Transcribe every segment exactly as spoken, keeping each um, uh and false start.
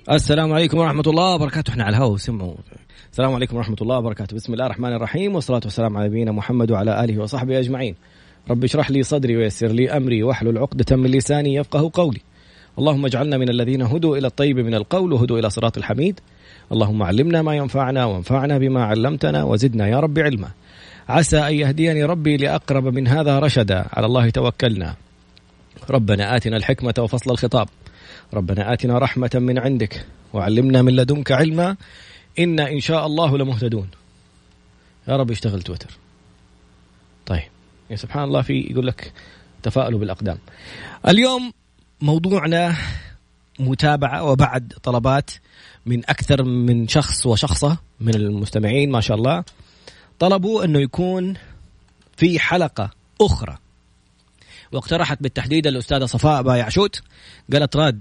السلام عليكم ورحمة الله وبركاته. احنا على الهواء سمعوا. السلام عليكم ورحمة الله وبركاته. بسم الله الرحمن الرحيم والصلاة والسلام على نبينا محمد وعلى آله وصحبه أجمعين. رب اشرح لي صدري ويسر لي أمري واحلل عقدة من لساني يفقه قولي. اللهم اجعلنا من الذين هدوا إلى الطيب من القول وهدوا إلى صراط الحميد. اللهم علمنا ما ينفعنا وانفعنا بما علمتنا وزدنا يا رب علما. عسى أن يهديني ربي لأقرب من هذا رشدا. على الله توكلنا. ربنا آتنا الحكمة وفصل الخطاب. ربنا آتنا رحمة من عندك وعلمنا من لدنك علما إنا إن شاء الله لمهتدون. يا رب يشتغل تويتر. طيب يا سبحان الله، في يقول لك تفاؤلوا بالأقدام. اليوم موضوعنا متابعة وبعد طلبات من أكثر من شخص وشخصة من المستمعين ما شاء الله، طلبوا أنه يكون في حلقة أخرى، واقترحت بالتحديد الأستاذة صفاء بايعشوت. قالت راد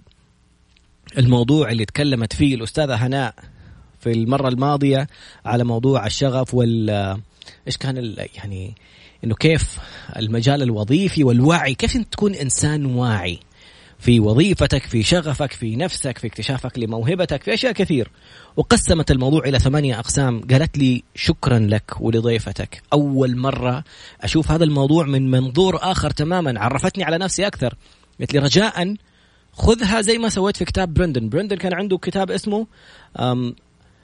الموضوع اللي تكلمت فيه الأستاذة هناء في المرة الماضية على موضوع الشغف وال إيش كان يعني إنه كيف المجال الوظيفي والوعي، كيف أنت تكون إنسان واعي في وظيفتك، في شغفك، في نفسك، في اكتشافك لموهبتك، في أشياء كثير. وقسمت الموضوع إلى ثمانية أقسام. قالت لي شكرا لك ولضيفتك، أول مرة أشوف هذا الموضوع من منظور آخر تماما، عرفتني على نفسي أكثر. قالت لي رجاء خذها زي ما سويت في كتاب برندن. برندن كان عنده كتاب اسمه um,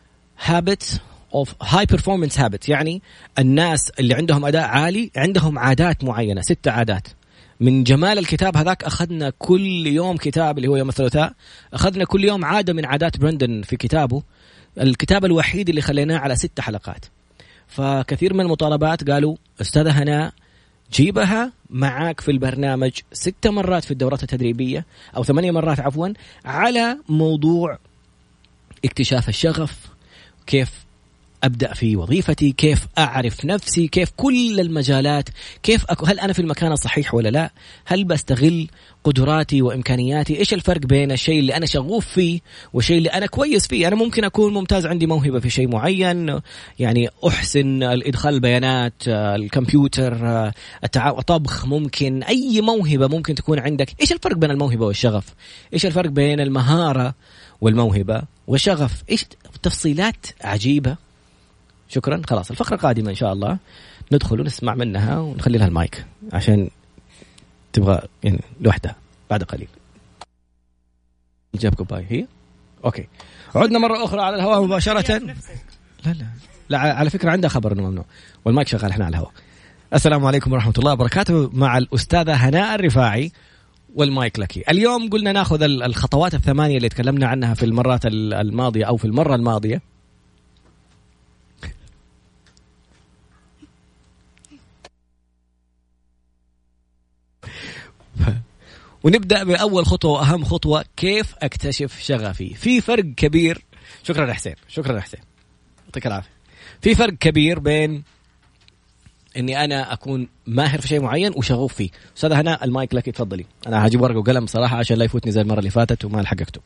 Habit of High Performance Habit، يعني الناس اللي عندهم أداء عالي عندهم عادات معينة، ستة عادات. من جمال الكتاب هذاك أخذنا كل يوم كتاب اللي هو يوم الثلاثاء، أخذنا كل يوم عادة من عادات برندن في كتابه. الكتاب الوحيد اللي خليناه على ست حلقات. فكثير من المطالبات قالوا أستاذة هناء جيبها معاك في البرنامج ست مرات في الدورات التدريبية أو ثمانية مرات عفوا على موضوع اكتشاف الشغف، كيف أبدأ في وظيفتي، كيف أعرف نفسي، كيف كل المجالات، كيف أكو هل أنا في المكان الصحيح ولا لا، هل بستغل قدراتي وإمكانياتي، إيش الفرق بين الشيء اللي أنا شغوف فيه والشيء اللي أنا كويس فيه. أنا ممكن أكون ممتاز، عندي موهبة في شيء معين، يعني أحسن الإدخال البيانات، الكمبيوتر، الطبخ، ممكن أي موهبة ممكن تكون عندك. إيش الفرق بين الموهبة والشغف؟ إيش الفرق بين المهارة والموهبة والشغف؟ إيش تفصيلات عجيبة. شكرا. خلاص الفقرة قادمة إن شاء الله ندخل ونسمع منها ونخلي لها المايك عشان تبغى يعني لوحدها بعد قليل. جابكم باي هي أوكي. عدنا مرة أخرى على الهواء مباشرة. لا لا لا على فكرة عندها خبر إنه ممنوع والمايك شغال، إحنا على الهواء. السلام عليكم ورحمة الله وبركاته مع الأستاذة هناء الرفاعي والمايك لك. اليوم قلنا ناخذ الخطوات الثمانية اللي تكلمنا عنها في المرات الماضية أو في المرة الماضية. ونبدأ بأول خطوة وأهم خطوة، كيف أكتشف شغفي. في فرق كبير. شكرا يا حسين. شكرا يا حسين، يعطيك العافية. في فرق كبير بين إني أنا أكون ماهر في شيء معين وشغوف فيه. أستاذة هناء المايك لك، تفضلي. أنا هجيب ورقة وقلم صراحة عشان لا يفوتني زي المرة اللي فاتت وما ألحق أكتب.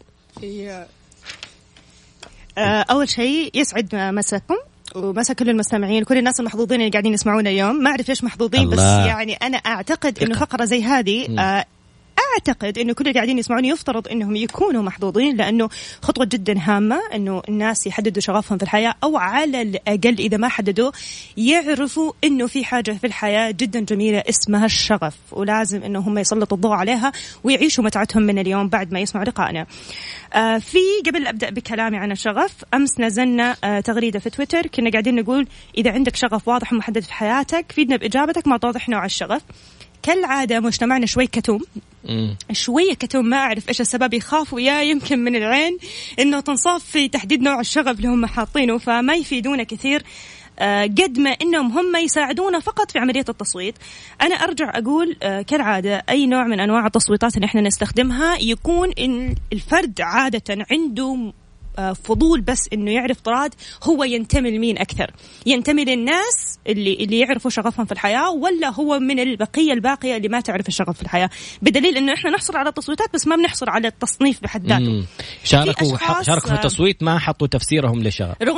أول شيء يسعد مساكم ومسا كل المستمعين، كل الناس المحظوظين اللي قاعدين يسمعونا اليوم. ما أعرف ليش محظوظين، بس يعني أنا أعتقد إنه فقرة زي هذه آه أعتقد إنه كل اللي قاعدين يسمعوني يفترض إنهم يكونوا محظوظين، لأنه خطوة جدا هامة إنه الناس يحددوا شغفهم في الحياة، أو على الأقل إذا ما حددوا يعرفوا إنه في حاجة في الحياة جدا جميلة اسمها الشغف، ولازم إنه هم يسلطوا الضوء عليها ويعيشوا متعتهم من اليوم بعد ما يسمعوا لقائنا. آه في قبل أبدأ بكلامي عن الشغف، أمس نزلنا آه تغريدة في تويتر كنا قاعدين نقول إذا عندك شغف واضح ومحدد في حياتك فيدنا بإجابتك ما توضح نوع الشغف. كالعادة مجتمعنا شوي كتوم مم. شوية كتوم، ما أعرف إيش السبب، يخافوا يا يمكن من العين إنه تنصاف في تحديد نوع الشغف اللي هم حاطينه، فما يفيدونا كثير آه قد ما إنهم هم يساعدونا فقط في عملية التصويت. أنا أرجع أقول آه كالعادة أي نوع من أنواع التصويتات اللي إحنا نستخدمها يكون إن الفرد عادة عنده فضول بس إنه يعرف طراد هو ينتمي لمين أكثر، ينتمي للناس اللي اللي يعرفوا شغفهم في الحياة، ولا هو من البقية الباقية اللي ما تعرف الشغف في الحياة. بدليل إنه إحنا نحصل على التصويتات بس ما بنحصل على التصنيف بحد ذاته. شاركوا شاركوا في التصويت ما حطوا تفسيرهم للشغف، رغم إنه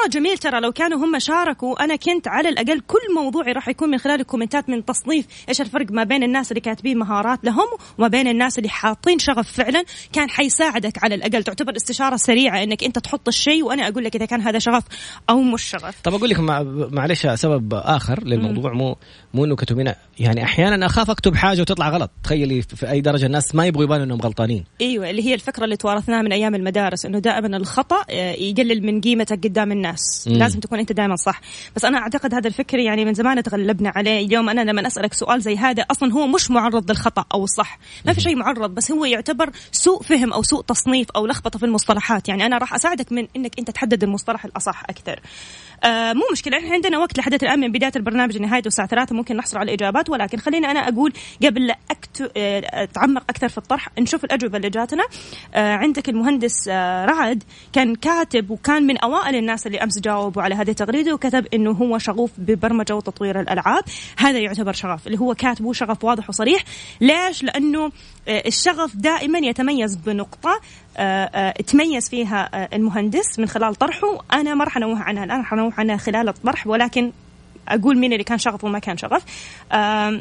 مرة جميل ترى لو كانوا هم شاركوا، أنا كنت على الأقل كل موضوعي راح يكون من خلال الكومنتات من تصنيف إيش الفرق ما بين الناس اللي كاتبين مهارات لهم وما بين الناس اللي حاطين شغف فعلا، كان حيساعدك على الأقل، تعتبر استشارة سريعة إنك أنت تحط الشيء وأنا أقول لك إذا كان هذا شغف أو مش شغف. طب أقول لك مع... معلش سبب آخر للموضوع، مو مو إنه كتبنا، يعني أحيانا أخاف أكتب حاجة وتطلع غلط، تخيلي في أي درجة الناس ما يبغوا يبانوا إنهم غلطانين. أيوة، اللي هي الفكرة اللي توارثناها من أيام المدارس، إنه دائما الخطأ يقلل من قيمتك قدام الناس. مم. لازم تكون أنت دائما صح. بس أنا أعتقد هذا الفكر يعني من زمان تغلبنا عليه. اليوم أنا لما أسألك سؤال زي هذا أصلا هو مش معرض للخطأ أو الصح، ما في شيء معرض، بس هو يعتبر سوء فهم أو سوء تصنيف أو لخبطة في المصطلحات. يعني أنا راح أساعدك من إنك أنت تحدد المصطلح الأصح أكثر. آه مو مشكلة، إحنا عندنا وقت لحدث الآن من بداية البرنامج لنهايته الساعة ثلاثة، ممكن نحصل على الإجابات، ولكن خلينا أنا أقول قبل لا أكت... آه أتعمق أكثر في الطرح نشوف الأجوبة اللي جاتنا. آه عندك المهندس آه رعد كان كاتب وكان من أوائل الناس اللي أمس جاوبوا على هذه التغريدة، وكتب إنه هو شغوف ببرمجة وتطوير الألعاب. هذا يعتبر شغف، اللي هو كاتبه شغف واضح وصريح. ليش؟ لأنه آه الشغف دائما يتميز بنقطة آه آه تميز فيها آه المهندس من خلال طرحه. أنا ما راح أنوه عنها الآن، راح أنوه عنها خلال الطرح، ولكن أقول مين اللي كان شغف وما كان شغف. آه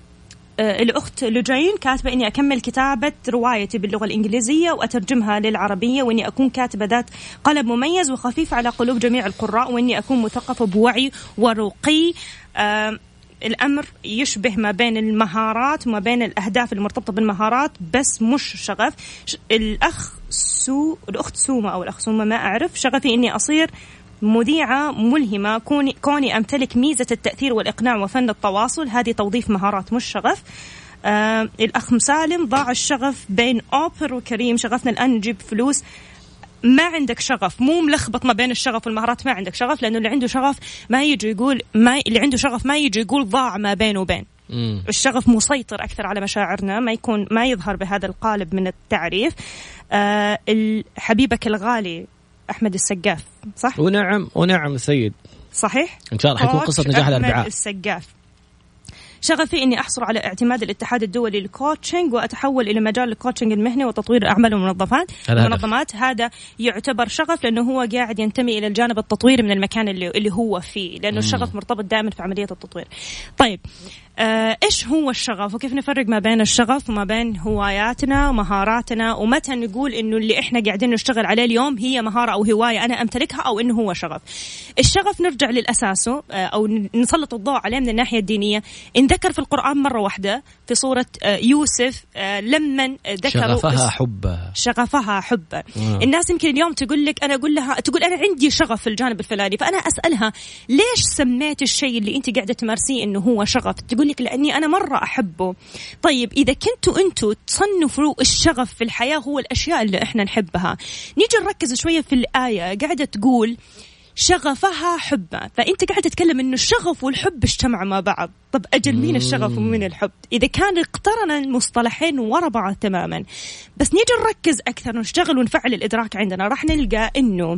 آه الأخت لجين كاتبة إني أكمل كتابة روايتي باللغة الإنجليزية وأترجمها للعربية، وإني أكون كاتبة ذات قلب مميز وخفيف على قلوب جميع القراء، وإني أكون مثقفة بوعي ورقي. آه الأمر يشبه ما بين المهارات وما بين الأهداف المرتبطة بالمهارات، بس مش شغف. الأخ سو الأخت سومة أو الأخ سومة ما أعرف، شغفي إني أصير مذيعة ملهمة، كوني, كوني أمتلك ميزة التأثير والإقناع وفن التواصل، هذه توظيف مهارات مش شغف. آه الأخ مسالم ضاع الشغف بين أوبر وكريم، شغفنا الآن نجيب فلوس. ما عندك شغف، مو ملخبط ما بين الشغف والمهارات، ما عندك شغف، لأنه اللي عنده شغف ما يجي يقول ما اللي عنده شغف ما يجي يقول ضاع ما بين وبين. مم. الشغف مسيطر أكثر على مشاعرنا، ما يكون ما يظهر بهذا القالب من التعريف. آه حبيبك الغالي أحمد السقاف، صح؟ ونعم ونعم سيد، صحيح؟ إن شاء الله حيكون قصة نجاح الأربعاء. أحمد السقاف، شغفي إني أحصل على اعتماد الاتحاد الدولي للكوتشنج وأتحول إلى مجال الكوتشنج المهني وتطوير الأعمال والمنظمات. المنظمات هذا يعتبر شغف، لأنه هو قاعد ينتمي إلى الجانب التطويري من المكان اللي اللي هو فيه، لأنه الشغف مرتبط دائما في عملية التطوير. طيب آه إيش هو الشغف وكيف نفرق ما بين الشغف وما بين هواياتنا ومهاراتنا، ومتى نقول إنه اللي إحنا قاعدين نشتغل عليه اليوم هي مهارة أو هواية أنا أمتلكها، أو إنه هو شغف. الشغف نرجع للأساسه آه أو نسلط الضوء عليه من الناحية الدينية. إن ذكر في القرآن مرة واحدة في سورة آه يوسف آه لمن ذكروا شغفها حبا شغفها حبا آه. الناس يمكن اليوم تقول لك أنا أقول لها تقول أنا عندي شغف في الجانب الفلاني، فأنا أسألها ليش سميت الشيء اللي أنت قاعدة تمارسيه إنه هو شغف؟ تقول لك لأني أنا مرة أحبه. طيب إذا كنتوا أنتوا تصنفوا الشغف في الحياة هو الأشياء اللي إحنا نحبها، نيجي نركز شوية في الآية قاعدة تقول شغفها حبا، فأنت قاعدة تتكلم إنه الشغف والحب اجتمعوا مع بعض. طب أجل مين الشغف ومين الحب؟ إذا كان اقترن المصطلحين ورا بعض تماما. بس نيجي نركز أكثر ونشتغل ونفعل الإدراك عندنا، راح نلقى إنه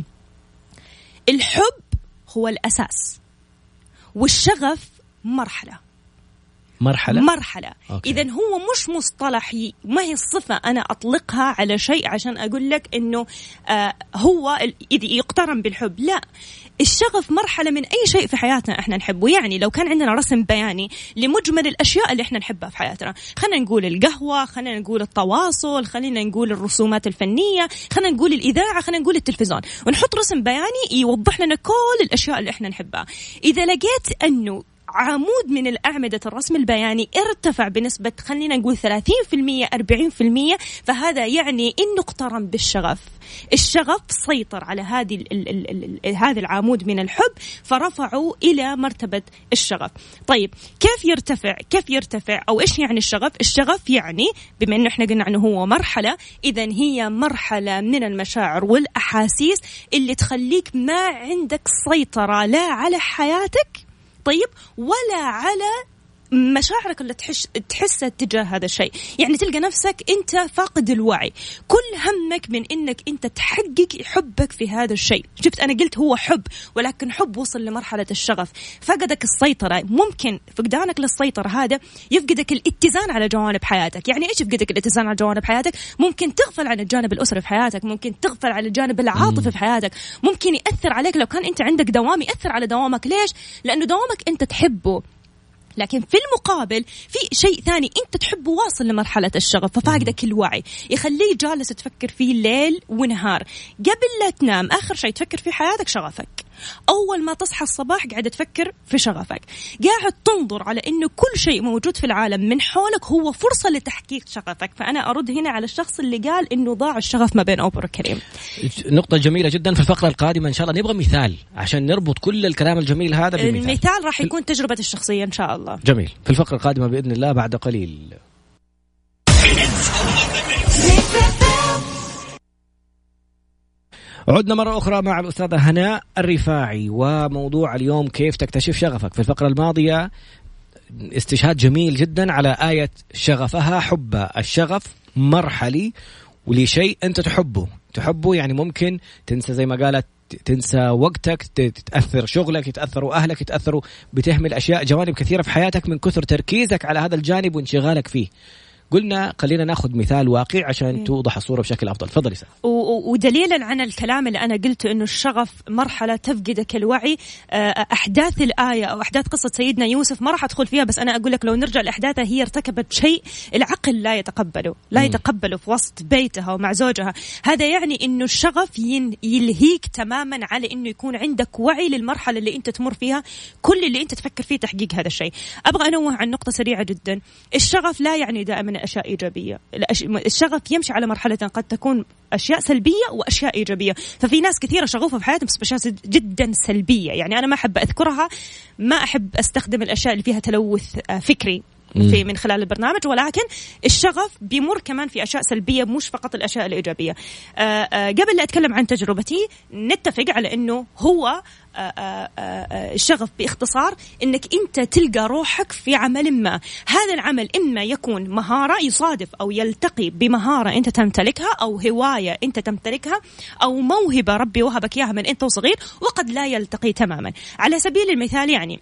الحب هو الأساس والشغف مرحلة مرحلة مرحلة إذن هو مش مصطلحي، ما هي الصفة أنا أطلقها على شيء عشان أقول لك إنه آه هو إذا يقترن بالحب. لا، الشغف مرحلة من أي شيء في حياتنا إحنا نحبه. يعني لو كان عندنا رسم بياني لمجمل الأشياء اللي إحنا نحبها في حياتنا، خلينا نقول القهوة، خلينا نقول التواصل، خلينا نقول الرسومات الفنية، خلينا نقول الإذاعة، خلينا نقول التلفزيون، ونحط رسم بياني يوضح لنا كل الأشياء اللي إحنا نحبها. إذا لقيت أنه عمود من الأعمدة الرسم البياني ارتفع بنسبة خلينا نقول ثلاثين بالمئة أربعين بالمئة، فهذا يعني إنه اقترن بالشغف. الشغف سيطر على هذه ال ال ال ال هذا العمود من الحب، فرفعوا إلى مرتبة الشغف. طيب كيف يرتفع؟ كيف يرتفع أو إيش يعني الشغف؟ الشغف يعني بما إنه إحنا قلنا عنه هو مرحلة، إذن هي مرحلة من المشاعر والأحاسيس اللي تخليك ما عندك سيطرة لا على حياتك طيب ولا على مشاعرك اللي تحس تحسها تجاه هذا الشيء. يعني تلقى نفسك أنت فاقد الوعي، كل همك من إنك أنت تحقق حبك في هذا الشيء. شفت أنا قلت هو حب، ولكن حب وصل لمرحلة الشغف، فقدك السيطرة. ممكن فقدانك للسيطرة هذا يفقدك الاتزان على جوانب حياتك. يعني إيش يفقدك الاتزان على جوانب حياتك؟ ممكن تغفل عن الجانب الأسري في حياتك، ممكن تغفل عن الجانب العاطفي في حياتك، ممكن يأثر عليك لو كان أنت عندك دوام يأثر على دوامك. ليش؟ لأنه دوامك أنت تحبه، لكن في المقابل في شيء ثاني أنت تحبه واصل لمرحلة الشغف، ففاقدك الوعي يخليه جالس تفكر فيه ليل ونهار. قبل لا تنام آخر شيء تفكر في حياتك شغفك، أول ما تصحى الصباح قاعد تفكر في شغفك، قاعد تنظر على إنه كل شيء موجود في العالم من حولك هو فرصة لتحقيق شغفك. فأنا أرد هنا على الشخص اللي قال إنه ضاع الشغف ما بين أوبر كريم. نقطة جميلة جدا. في الفقرة القادمة إن شاء الله نبغى مثال عشان نربط كل الكلام الجميل هذا بمثال. المثال راح يكون تجربة الشخصية إن شاء الله. جميل. في الفقرة القادمة بإذن الله بعد قليل. عدنا مرة أخرى مع الأستاذة هناء الرفاعي، وموضوع اليوم كيف تكتشف شغفك. في الفقرة الماضية استشهاد جميل جدا على آية شغفها حبها. الشغف مرحلي ولشيء أنت تحبه تحبه يعني ممكن تنسى زي ما قالت، تنسى وقتك، تتأثر شغلك، يتأثروا أهلك، يتأثروا، بتهمل أشياء جوانب كثيرة في حياتك من كثر تركيزك على هذا الجانب وانشغالك فيه. قلنا خلينا ناخذ مثال واقعي عشان توضح الصورة بشكل أفضل. تفضلي سارة. ودليلا عن الكلام اللي أنا قلته إنه الشغف مرحلة تفقدك الوعي، أحداث الآية أو أحداث قصة سيدنا يوسف ما راح أدخل فيها، بس أنا أقول لك لو نرجع لأحداثها هي ارتكبت شيء العقل لا يتقبله لا م. يتقبله في وسط بيتها ومع زوجها. هذا يعني إنه الشغف يلهيك تماما على إنه يكون عندك وعي للمرحلة اللي أنت تمر فيها، كل اللي أنت تفكر فيه تحقيق هذا الشيء. أبغى أنوه عن نقطة سريعة جدا. الشغف لا يعني دائما أشياء إيجابية. الشغف يمشي على مرحلة قد تكون أشياء سلبية وأشياء إيجابية. ففي ناس كثيرة شغوفة في حياتهم بس أشياء جدا سلبية، يعني أنا ما أحب أذكرها، ما أحب أستخدم الأشياء اللي فيها تلوث فكري في من خلال البرنامج، ولكن الشغف بيمر كمان في أشياء سلبية مش فقط الأشياء الإيجابية. آآ آآ قبل لا أتكلم عن تجربتي نتفق على أنه هو آآ آآ الشغف باختصار أنك أنت تلقى روحك في عمل ما. هذا العمل إما يكون مهارة يصادف أو يلتقي بمهارة أنت تمتلكها، أو هواية أنت تمتلكها، أو موهبة ربي وهبك إياها من أنت وصغير، وقد لا يلتقي تماما. على سبيل المثال يعني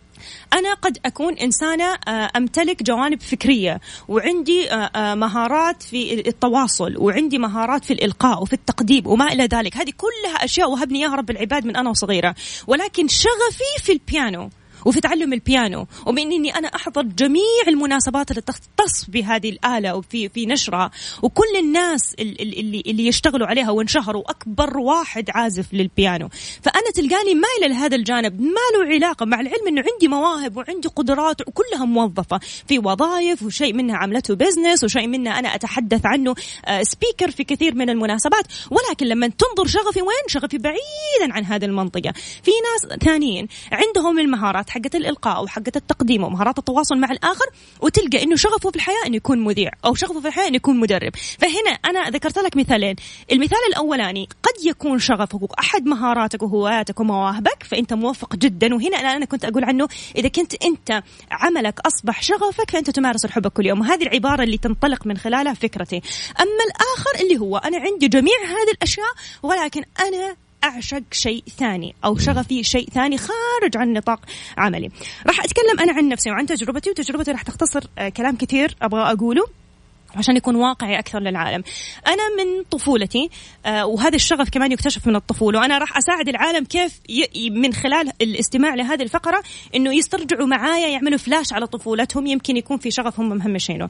أنا قد أكون إنسانة أمتلك جوانب فكرية، وعندي مهارات في التواصل، وعندي مهارات في الإلقاء وفي التقديم وما إلى ذلك. هذه كلها أشياء وهبني إياها رب العباد من أنا وصغيرة، ولكن شغفي في البيانو وفي تعلم البيانو، ومن إني أنا أحضر جميع المناسبات اللي تختص بهذه الآلة وفي في نشرها، وكل الناس اللي اللي يشتغلوا عليها وانشهروا، أكبر واحد عازف للبيانو. فأنا تلقاني مايلة لهذا الجانب، ما له علاقة مع العلم إنه عندي مواهب وعندي قدرات وكلها موظفة في وظائف، وشيء منها عملته بيزنس، وشيء منها أنا أتحدث عنه سبيكر في كثير من المناسبات. ولكن لما تنظر شغفي وين، شغفي بعيدا عن هذه المنطقة. في ناس ثانيين عندهم المهارات حقة الإلقاء وحقة التقديم ومهارات التواصل مع الآخر، وتلقى إنه شغفه في الحياة إنه يكون مذيع، أو شغفه في الحياة إنه يكون مدرب. فهنا أنا ذكرت لك مثالين. المثال الأولاني قد يكون شغفك أحد مهاراتك وهواياتك ومواهبك، فأنت موفق جدا. وهنا أنا كنت أقول عنه إذا كنت أنت عملك أصبح شغفك فأنت تمارس الحب كل يوم، وهذه العبارة اللي تنطلق من خلالها فكرتي. أما الآخر اللي هو أنا عندي جميع هذه الأشياء، ولكن أنا أعشق شيء ثاني، أو شغفي شيء ثاني خارج عن نطاق عملي. راح أتكلم أنا عن نفسي وعن تجربتي، وتجربتي راح تختصر كلام كثير أبغى أقوله عشان يكون واقعي أكثر للعالم. أنا من طفولتي آه وهذا الشغف كمان يكتشف من الطفولة، وأنا راح أساعد العالم كيف ي... من خلال الاستماع لهذه الفقرة إنه يسترجعوا معايا، يعملوا فلاش على طفولتهم، يمكن يكون في شغف هم مهمشينه.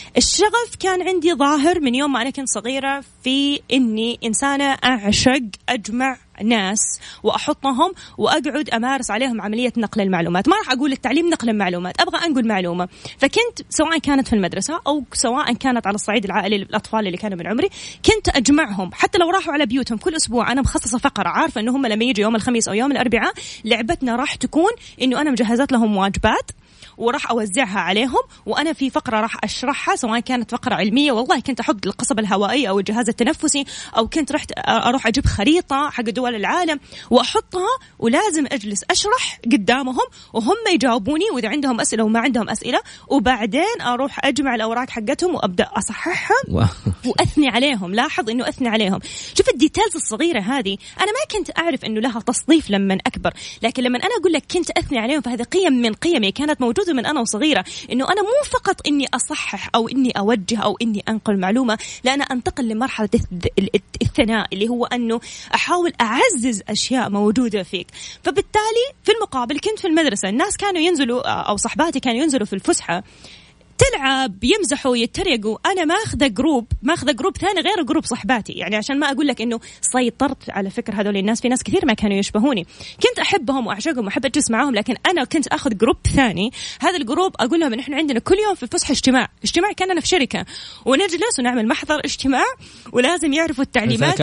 الشغف كان عندي ظاهر من يوم ما أنا كنت صغيرة، في إني إنسانة أعشق أجمع ناس وأحطهم وأقعد أمارس عليهم عملية نقل المعلومات. ما راح أقول التعليم نقل المعلومات، أبغى أنقل معلومة. فكنت سواء كانت في المدرسة أو سواء كانت على الصعيد العائلي للأطفال اللي كانوا من عمري، كنت أجمعهم. حتى لو راحوا على بيوتهم كل أسبوع أنا مخصصة فقرة، عارفة إنه هم لما يجي يوم الخميس أو يوم الأربعاء لعبتنا راح تكون إنه أنا مجهزت لهم واجبات، وراح أوزعها عليهم، وأنا في فقرة راح أشرحها سواء كانت فقرة علمية، والله كنت أحط القصبة الهوائية أو الجهاز التنفسي، أو كنت رحت أروح أجيب خريطة حق دول العالم وأحطها، ولازم أجلس أشرح قدامهم وهم يجاوبوني وإذا عندهم أسئلة وما عندهم أسئلة، وبعدين أروح أجمع الأوراق حقتهم وأبدأ أصححهم وأثني عليهم. لاحظ إنه أثني عليهم. شوف الديتيلز الصغيرة هذه، أنا ما كنت أعرف إنه لها تصنيف لما أكبر، لكن لما أنا أقول لك كنت أثني عليهم فهذه قيم من قيمي كانت موجودة من أنا وصغيرة، إنه أنا مو فقط إني أصحح أو إني أوجه أو إني أنقل معلومة، لا أنا أنتقل لمرحلة الثناء اللي هو أنه أحاول أعزز أشياء موجودة فيك. فبالتالي في المقابل كنت في المدرسة الناس كانوا ينزلوا أو صحباتي كانوا ينزلوا في الفسحة تلعب يمزحوا يتريقوا، أنا ما أخذ جروب ما أخذ جروب ثاني غير جروب صحباتي. يعني عشان ما أقول لك إنه سيطرت على فكر هذول الناس، في ناس كثير ما كانوا يشبهوني، كنت أحبهم وأعشقهم وأحب أجلس معاهم، لكن أنا كنت أخذ جروب ثاني. هذا الجروب أقول لهم إن إحنا عندنا كل يوم في الفسحة اجتماع اجتماع كأننا في شركة، ونجلس ونعمل محضر اجتماع ولازم يعرفوا التعليمات.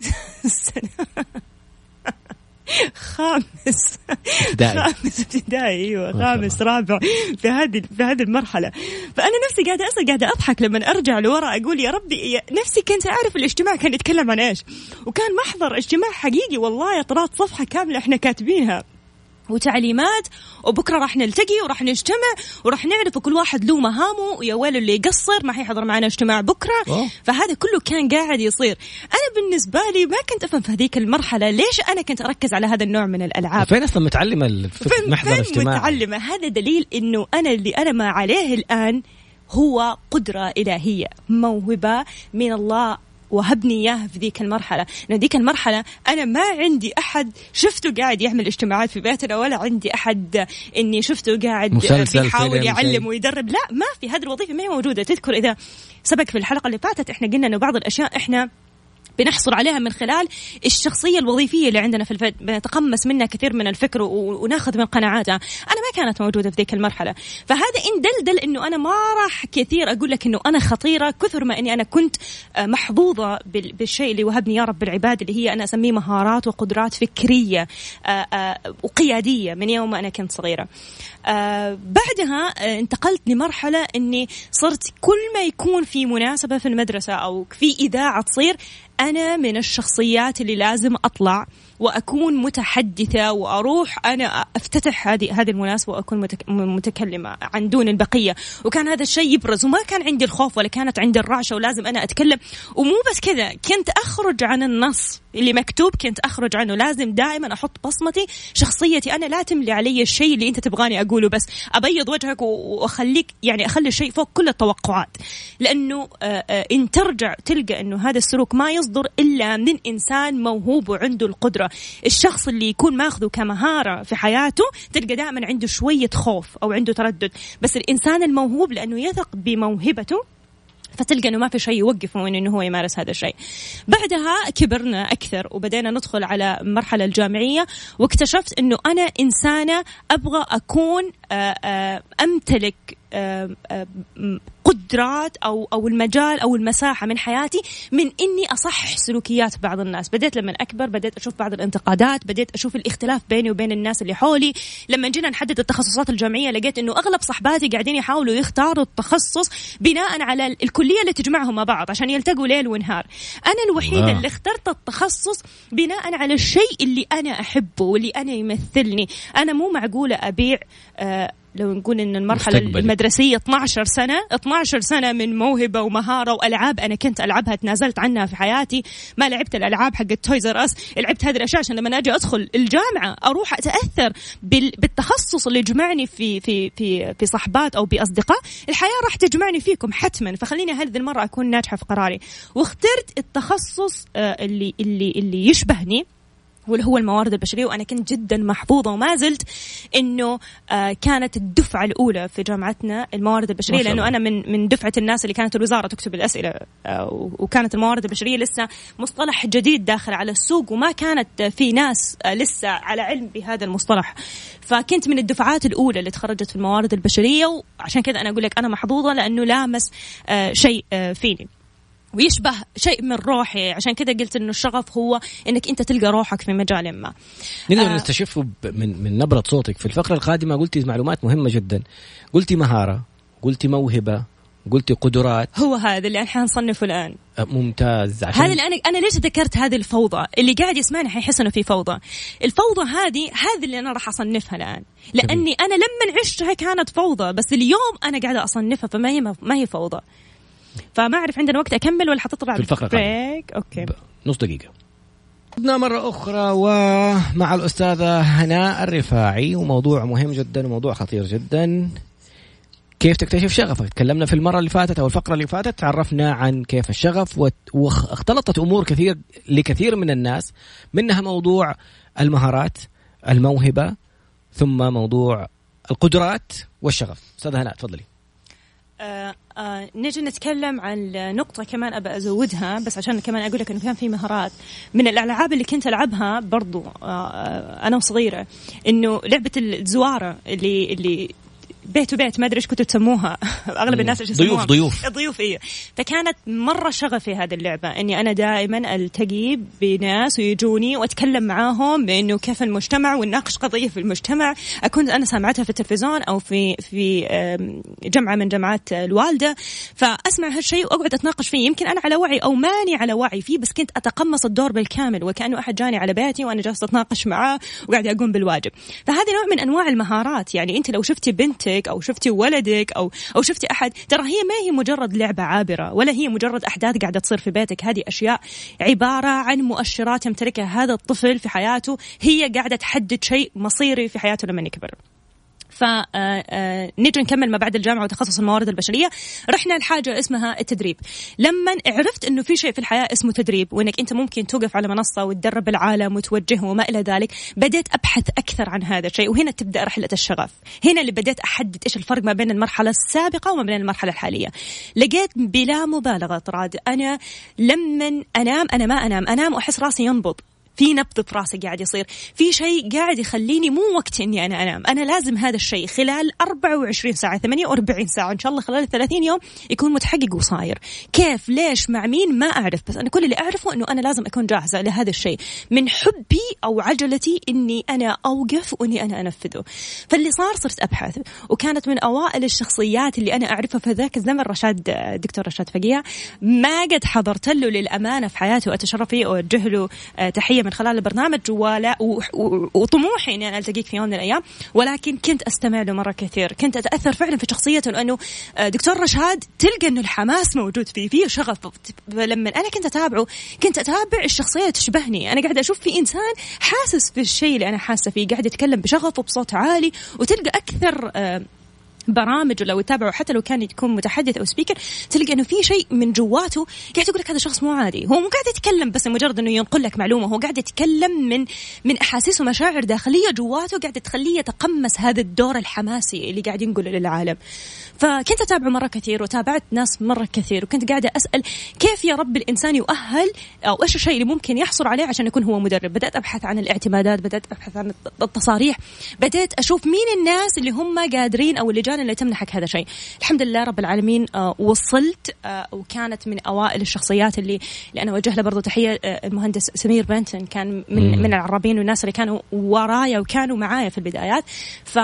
خامس خامس ابتدائي، ايوه خامس رابع في هذه في هذه المرحله. فانا نفسي قاعده اصلا قاعده اضحك لما ارجع لورا اقول يا ربي، نفسي كنت اعرف الاجتماع كان يتكلم عن ايش، وكان محضر اجتماع حقيقي والله، طرات صفحه كامله احنا كاتبينها وتعليمات، وبكرة راح نلتقي وراح نجتمع وراح نعرف كل واحد له مهامه، ويا ويل اللي يقصر ما حيحضر معنا اجتماع بكرة. أوه. فهذا كله كان قاعد يصير. أنا بالنسبة لي ما كنت أفهم في هذيك المرحلة ليش أنا كنت أركز على هذا النوع من الألعاب. فين أصلا متعلمة محضر اجتماع؟ متعلمة. هذا دليل إنه أنا اللي أنا ما عليه الآن هو قدرة إلهية، موهبة من الله وهبني إياه في ذيك المرحلة. لأن ذيك المرحلة أنا ما عندي أحد شفته قاعد يعمل اجتماعات في بيتنا، ولا عندي أحد إني شفته قاعد بيحاول يعلم ويدرب، لا ما في. هذه الوظيفة ما هي موجودة. تذكر إذا سبق في الحلقة اللي فاتت إحنا قلنا إنه بعض الأشياء إحنا بنحصل عليها من خلال الشخصية الوظيفية اللي عندنا في الفد، بنتقمص منها كثير من الفكر وناخذ من قناعاتها. أنا ما كانت موجودة في ذيك المرحلة، فهذا إن دلدل إنه أنا ما راح كثير أقول لك إنه أنا خطيرة كثر ما إني أنا كنت محظوظة بالشيء اللي وهبني يا رب العباد، اللي هي أنا أسميه مهارات وقدرات فكرية وقيادية من يوم ما أنا كنت صغيرة. بعدها انتقلت لمرحلة إني صرت كل ما يكون في مناسبة في المدرسة أو في إذاعة تصير، أنا من الشخصيات اللي لازم أطلع وأكون متحدثة وأروح أنا أفتتح هذه هذه المناسبة وأكون متكلمة عن دون البقية. وكان هذا الشيء يبرز، وما كان عندي الخوف ولا كانت عندي الرعشة ولازم أنا أتكلم. ومو بس كذا، كنت أخرج عن النص اللي مكتوب، كنت أخرج عنه. لازم دائما أحط بصمتي، شخصيتي أنا. لا تملي علي الشيء اللي أنت تبغاني أقوله، بس أبيض وجهك وأخليك يعني أخلي الشيء فوق كل التوقعات. لأنه إن ترجع تلقى أنه هذا السلوك ما يصدر إلا من إنسان موهوب وعنده القدرة. الشخص اللي يكون ماخذه كمهارة في حياته تلقى دائما عنده شوية خوف أو عنده تردد، بس الإنسان الموهوب لأنه يثق بموهبته فتلقى أنه ما في شيء يوقفه من أنه هو يمارس هذا الشيء. بعدها كبرنا أكثر وبدأنا ندخل على المرحلة الجامعية، واكتشفت أنه أنا إنسانة أبغى أكون أمتلك قدرات أو أو المجال أو المساحة من حياتي من إني أصحح سلوكيات بعض الناس. بديت لما أكبر بديت أشوف بعض الانتقادات، بديت أشوف الاختلاف بيني وبين الناس اللي حولي. لما جينا نحدد التخصصات الجامعية لقيت إنه أغلب صحباتي قاعدين يحاولوا يختاروا التخصص بناء على الكلية اللي تجمعهم مع بعض عشان يلتقوا ليل ونهار. أنا الوحيدة آه. اللي اخترت التخصص بناء على الشيء اللي أنا أحبه واللي أنا يمثلني. أنا مو معقولة أبيع آه لو نقول إن المرحلة مستقبلي. المدرسية اثناشر سنة اثناشر سنة من موهبة ومهارة وألعاب أنا كنت ألعبها، تنازلت عنها في حياتي. ما لعبت الألعاب حق التويزر أس، لعبت هذه الأشياء عشان لما أجي أدخل الجامعة أروح أتأثر بالتخصص اللي جمعني في في في في صحبات أو بأصدقاء. الحياة راح تجمعني فيكم حتما، فخليني هذه المرة أكون ناجحة في قراري. واخترت التخصص اللي اللي اللي يشبهني واللي هو الموارد البشرية. وأنا كنت جدا محظوظة وما زلت إنه آه كانت الدفعة الأولى في جامعتنا الموارد البشرية، لأنه أنا من من دفعة الناس اللي كانت الوزارة تكتب الأسئلة آه وكانت الموارد البشرية لسه مصطلح جديد داخل على السوق، وما كانت في ناس آه لسه على علم بهذا المصطلح. فكنت من الدفعات الأولى اللي تخرجت في الموارد البشرية، وعشان كذا أنا أقول لك أنا محظوظة لأنه لامس آه شيء آه فيني. ويشبه شيء من روحي. عشان كذا قلت إنه الشغف هو إنك أنت تلقى روحك في مجال ما. نقدر آه نستشفه من من نبرة صوتك. في الفقرة القادمة قلتي معلومات مهمة جدا، قلتي مهارة، قلتي موهبة، قلتي قدرات. هو هذا اللي احنا هنصنفه الآن. ممتاز. عشان هذا اللي أنا أنا ليش ذكرت هذه الفوضى؟ اللي قاعد يسمعني حيحس إنه في فوضى. الفوضى هذه هذه اللي أنا راح أصنفها الآن، لأني جميل. أنا لما عشتها كانت فوضى، بس اليوم أنا قاعدة أصنفها، فما هي ما هي فوضى. فما أعرف عندنا وقت أكمل ولا حتطلع في الفقرة بريك؟ أوكي. نص دقيقة. عدنا مرة أخرى ومع الأستاذة هناء الرفاعي، وموضوع مهم جدا وموضوع خطير جدا، كيف تكتشف شغفك. تكلمنا في المرة اللي فاتت أو الفقرة اللي فاتت، تعرفنا عن كيف الشغف، واختلطت أمور كثير لكثير من الناس، منها موضوع المهارات، الموهبة، ثم موضوع القدرات والشغف. أستاذة هناء تفضلي. آه آه نجي نتكلم عن نقطة كمان أبى أزودها، بس عشان كمان أقول لك إنه كان في مهارات من الألعاب اللي كنت ألعبها برضو آه أنا وصغيرة، إنه لعبة الزوارة اللي اللي بيت وبيت، ما أدري إيش كنتوا تسموها أغلب الناس إيش يسموها، ضيوف ضيوف ضيوف إيه. فكانت مرة شغفي هذه اللعبة، إني أنا دائما ألتقي بناس ويجوني وأتكلم معاهم بإنه كيف المجتمع ونناقش قضية في المجتمع أكون أنا سامعتها في التلفزيون أو في في جمعة من جمعات الوالدة، فأسمع هالشيء وأقعد أتناقش فيه. يمكن أنا على وعي أو ماني على وعي فيه، بس كنت أتقمص الدور بالكامل، وكأنه أحد جاني على بيتي وأنا جالسة أتناقش معاه وقاعد أقوم بالواجب. فهذا نوع من أنواع المهارات. يعني أنت لو شفتي بنت أو شفتي ولدك أو أو شفتي أحد، ترى هي ما هي مجرد لعبة عابرة، ولا هي مجرد أحداث قاعدة تصير في بيتك. هذه أشياء عبارة عن مؤشرات يمتلكها هذا الطفل في حياته، هي قاعدة تحدد شيء مصيري في حياته لما يكبر. فنيجي نكمل ما بعد الجامعة وتخصص الموارد البشرية. رحنا لحاجة اسمها التدريب. لما عرفت إنه في شيء في الحياة اسمه تدريب، وإنك أنت ممكن توقف على منصة وتدرب العالم وتوجهه وما إلى ذلك، بديت أبحث أكثر عن هذا الشيء، وهنا تبدأ رحلة الشغف. هنا اللي بديت أحدد إيش الفرق ما بين المرحلة السابقة وما بين المرحلة الحالية. لقيت بلا مبالغة طراد، أنا لما أنام أنا ما أنام أنام وأحس راسي ينبض، في نبض في راسي قاعد يصير، في شيء قاعد يخليني مو وقت إني أنا أنام، أنا لازم هذا الشيء خلال أربعة وعشرين ساعة ثمانية وأربعين ساعة إن شاء الله خلال ثلاثين يوم يكون متحقق وصاير. كيف ليش مع مين ما أعرف، بس أنا كل اللي أعرفه إنه أنا لازم أكون جاهزة لهذا الشيء من حبي أو عجلتي إني أنا أوقف وإني أنا أنفذه. فاللي صار صرت أبحث، وكانت من أوائل الشخصيات اللي أنا أعرفها في ذاك الزمن رشاد، دكتور رشاد فقيه. ما قد حضرت له للأمانة في حياتي وأتشرف فيه وأوجه له تحية من خلال البرنامج ولا وطموحي إني أنا ألتقيك في يوم من الأيام، ولكن كنت أستمع له مرة كثير، كنت أتأثر فعلا في شخصيته، لأنه دكتور رشاد تلقى إنه الحماس موجود فيه، فيه شغف. لما أنا كنت أتابعه كنت أتابع الشخصية تشبهني، أنا قاعدة أشوف في إنسان حاسس بالشيء اللي أنا حاسة فيه، قاعد يتكلم بشغف وبصوت عالي، وتلقى أكثر برامج لو يتابعوا حتى لو كان يكون متحدث أو سبيكر، تلقى إنه في شيء من جواته قاعد يقول لك هذا شخص مو عادي، هو مو قاعد يتكلم بس مجرد إنه ينقل لك معلومة، هو قاعد يتكلم من من أحاسيس ومشاعر داخلية جواته قاعدة تخليه يتقمص هذا الدور الحماسي اللي قاعد ينقله للعالم. فكنت أتابعه مرة كثير وتابعت ناس مرة كثير، وكنت قاعدة أسأل كيف يا رب الإنسان يؤهل أو إيش الشيء اللي ممكن يحصل عليه عشان يكون هو مدرب. بدأت أبحث عن الاعتمادات، بدأت أبحث عن التصاريح، بدأت أشوف مين الناس اللي هم قادرين أو اللجان اللي تمنحك هذا الشيء. الحمد لله رب العالمين آه وصلت آه وكانت من أوائل الشخصيات اللي, اللي أنا وجه له برضو تحية. آه المهندس سمير بنتن كان من, من العرابين والناس اللي كانوا ورايا وكانوا معايا في البدايات. ف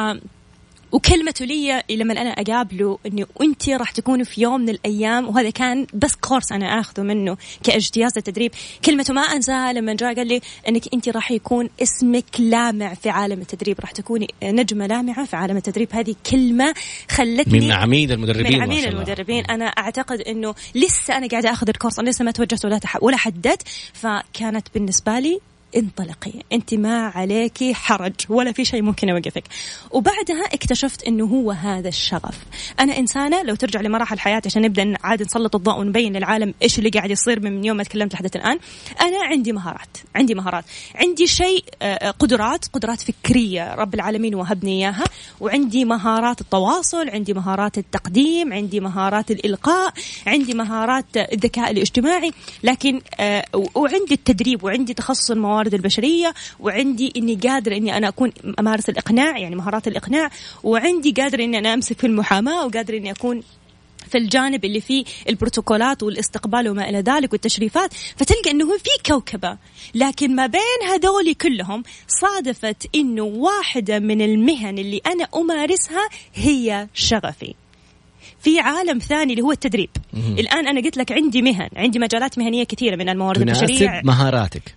وكلمته لي لما أنا أقابله إنه أنت راح تكوني في يوم من الأيام، وهذا كان بس كورس أنا أخذه منه كاجتياز التدريب، كلمته ما أنساها لما جاء قال لي إنك أنت راح يكون اسمك لامع في عالم التدريب، راح تكوني نجمة لامعة في عالم التدريب. هذه كلمة خلتني من عميد المدربين، من عميد المدربين. أنا أعتقد إنه لسه أنا قاعدة أخذ الكورس، أنا لسه ما توجهت ولا تح... ولا حددت. فكانت بالنسبة لي انطلقي، انت ما عليكي حرج ولا في شيء ممكن يوقفك. وبعدها اكتشفت انه هو هذا الشغف. انا انسانه لو ترجع لمراحل حياتي عشان نبدا عاد نسلط الضوء ونبين للعالم ايش اللي قاعد يصير من يوم ما تكلمت لحد الان. انا عندي مهارات، عندي مهارات عندي شيء قدرات قدرات فكريه رب العالمين وهبني اياها، وعندي مهارات التواصل، عندي مهارات التقديم، عندي مهارات الالقاء، عندي مهارات الذكاء الاجتماعي، لكن وعندي التدريب، وعندي تخصص الموارد البشرية، وعندي إني قادر إني أنا أكون أمارس الإقناع، يعني مهارات الإقناع، وعندي قادر إني أنا أمسك في المحاماة، وقادر إني أكون في الجانب اللي فيه البروتوكولات والاستقبال وما إلى ذلك والتشريفات، فتلقى أنه في كوكبة. لكن ما بين هذول كلهم صادفت أنه واحدة من المهن اللي أنا أمارسها هي شغفي. في عالم ثاني اللي هو التدريب. مم. الآن أنا قلت لك عندي مهن، عندي مجالات مهنية كثيرة من الموارد البشرية. تناسب مهاراتك.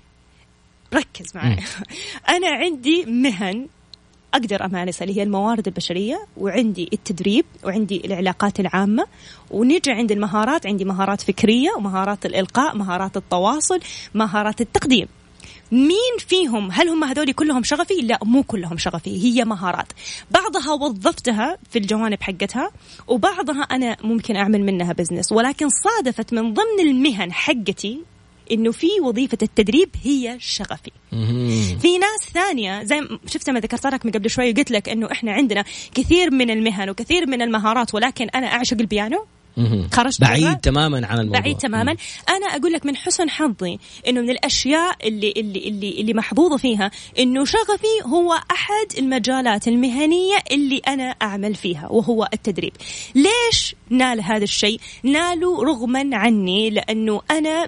ركز معي. أنا عندي مهن أقدر أمارسها اللي هي الموارد البشرية، وعندي التدريب، وعندي العلاقات العامة، ونيجي عند المهارات، عندي مهارات فكرية ومهارات الإلقاء، مهارات التواصل، مهارات التقديم. مين فيهم؟ هل هم هذول كلهم شغفي؟ لا، مو كلهم شغفي، هي مهارات. بعضها وظفتها في الجوانب حقتها، وبعضها أنا ممكن أعمل منها بزنس، ولكن صادفت من ضمن المهن حقتي إنه في وظيفة التدريب هي شغفي. في ناس ثانية زي شفت ما ذكرت لك من قبل شوي، قلت لك إنه إحنا عندنا كثير من المهن وكثير من المهارات، ولكن أنا أعشق البيانو. خرجت بعيد تماما عن الموضوع. بعيد تماما. مم. أنا أقول لك من حسن حظي إنه من الأشياء اللي اللي اللي اللي محظوظة فيها إنه شغفي هو أحد المجالات المهنية اللي أنا أعمل فيها، وهو التدريب. ليش نال هذا الشيء؟ ناله رغما عني، لأنه أنا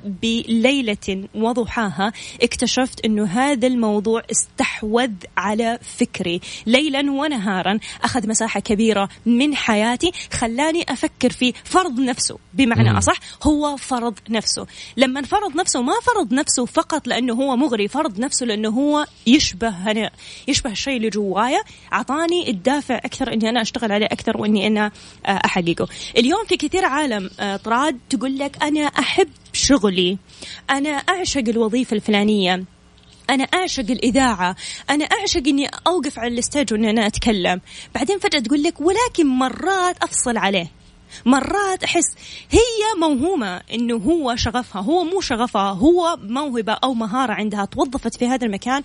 بليلة وضحاها اكتشفت إنه هذا الموضوع استحوذ على فكري ليلا ونهارا، أخذ مساحة كبيرة من حياتي، خلاني أفكر في فرض نفسه. بمعنى مم. أصح هو فرض نفسه. لما فرض نفسه ما فرض نفسه فقط لأنه هو مغري، فرض نفسه لأنه هو يشبه أنا يشبه الشيء اللي جوايا، عطاني الدافع أكثر إني أنا أشتغل عليه أكثر وإني أنا أحققه. اليوم في كثير عالم طراد تقول لك أنا أحب شغلي، أنا أعشق الوظيفة الفلانية، أنا أعشق الإذاعة، أنا أعشق إني أوقف على الستيج وإني أنا أتكلم. بعدين فجأة تقول لك ولكن مرات أفصل عليه، مرات أحس هي موهومة إنه هو شغفها، هو مو شغفها، هو موهبة أو مهارة عندها توظفت في هذا المكان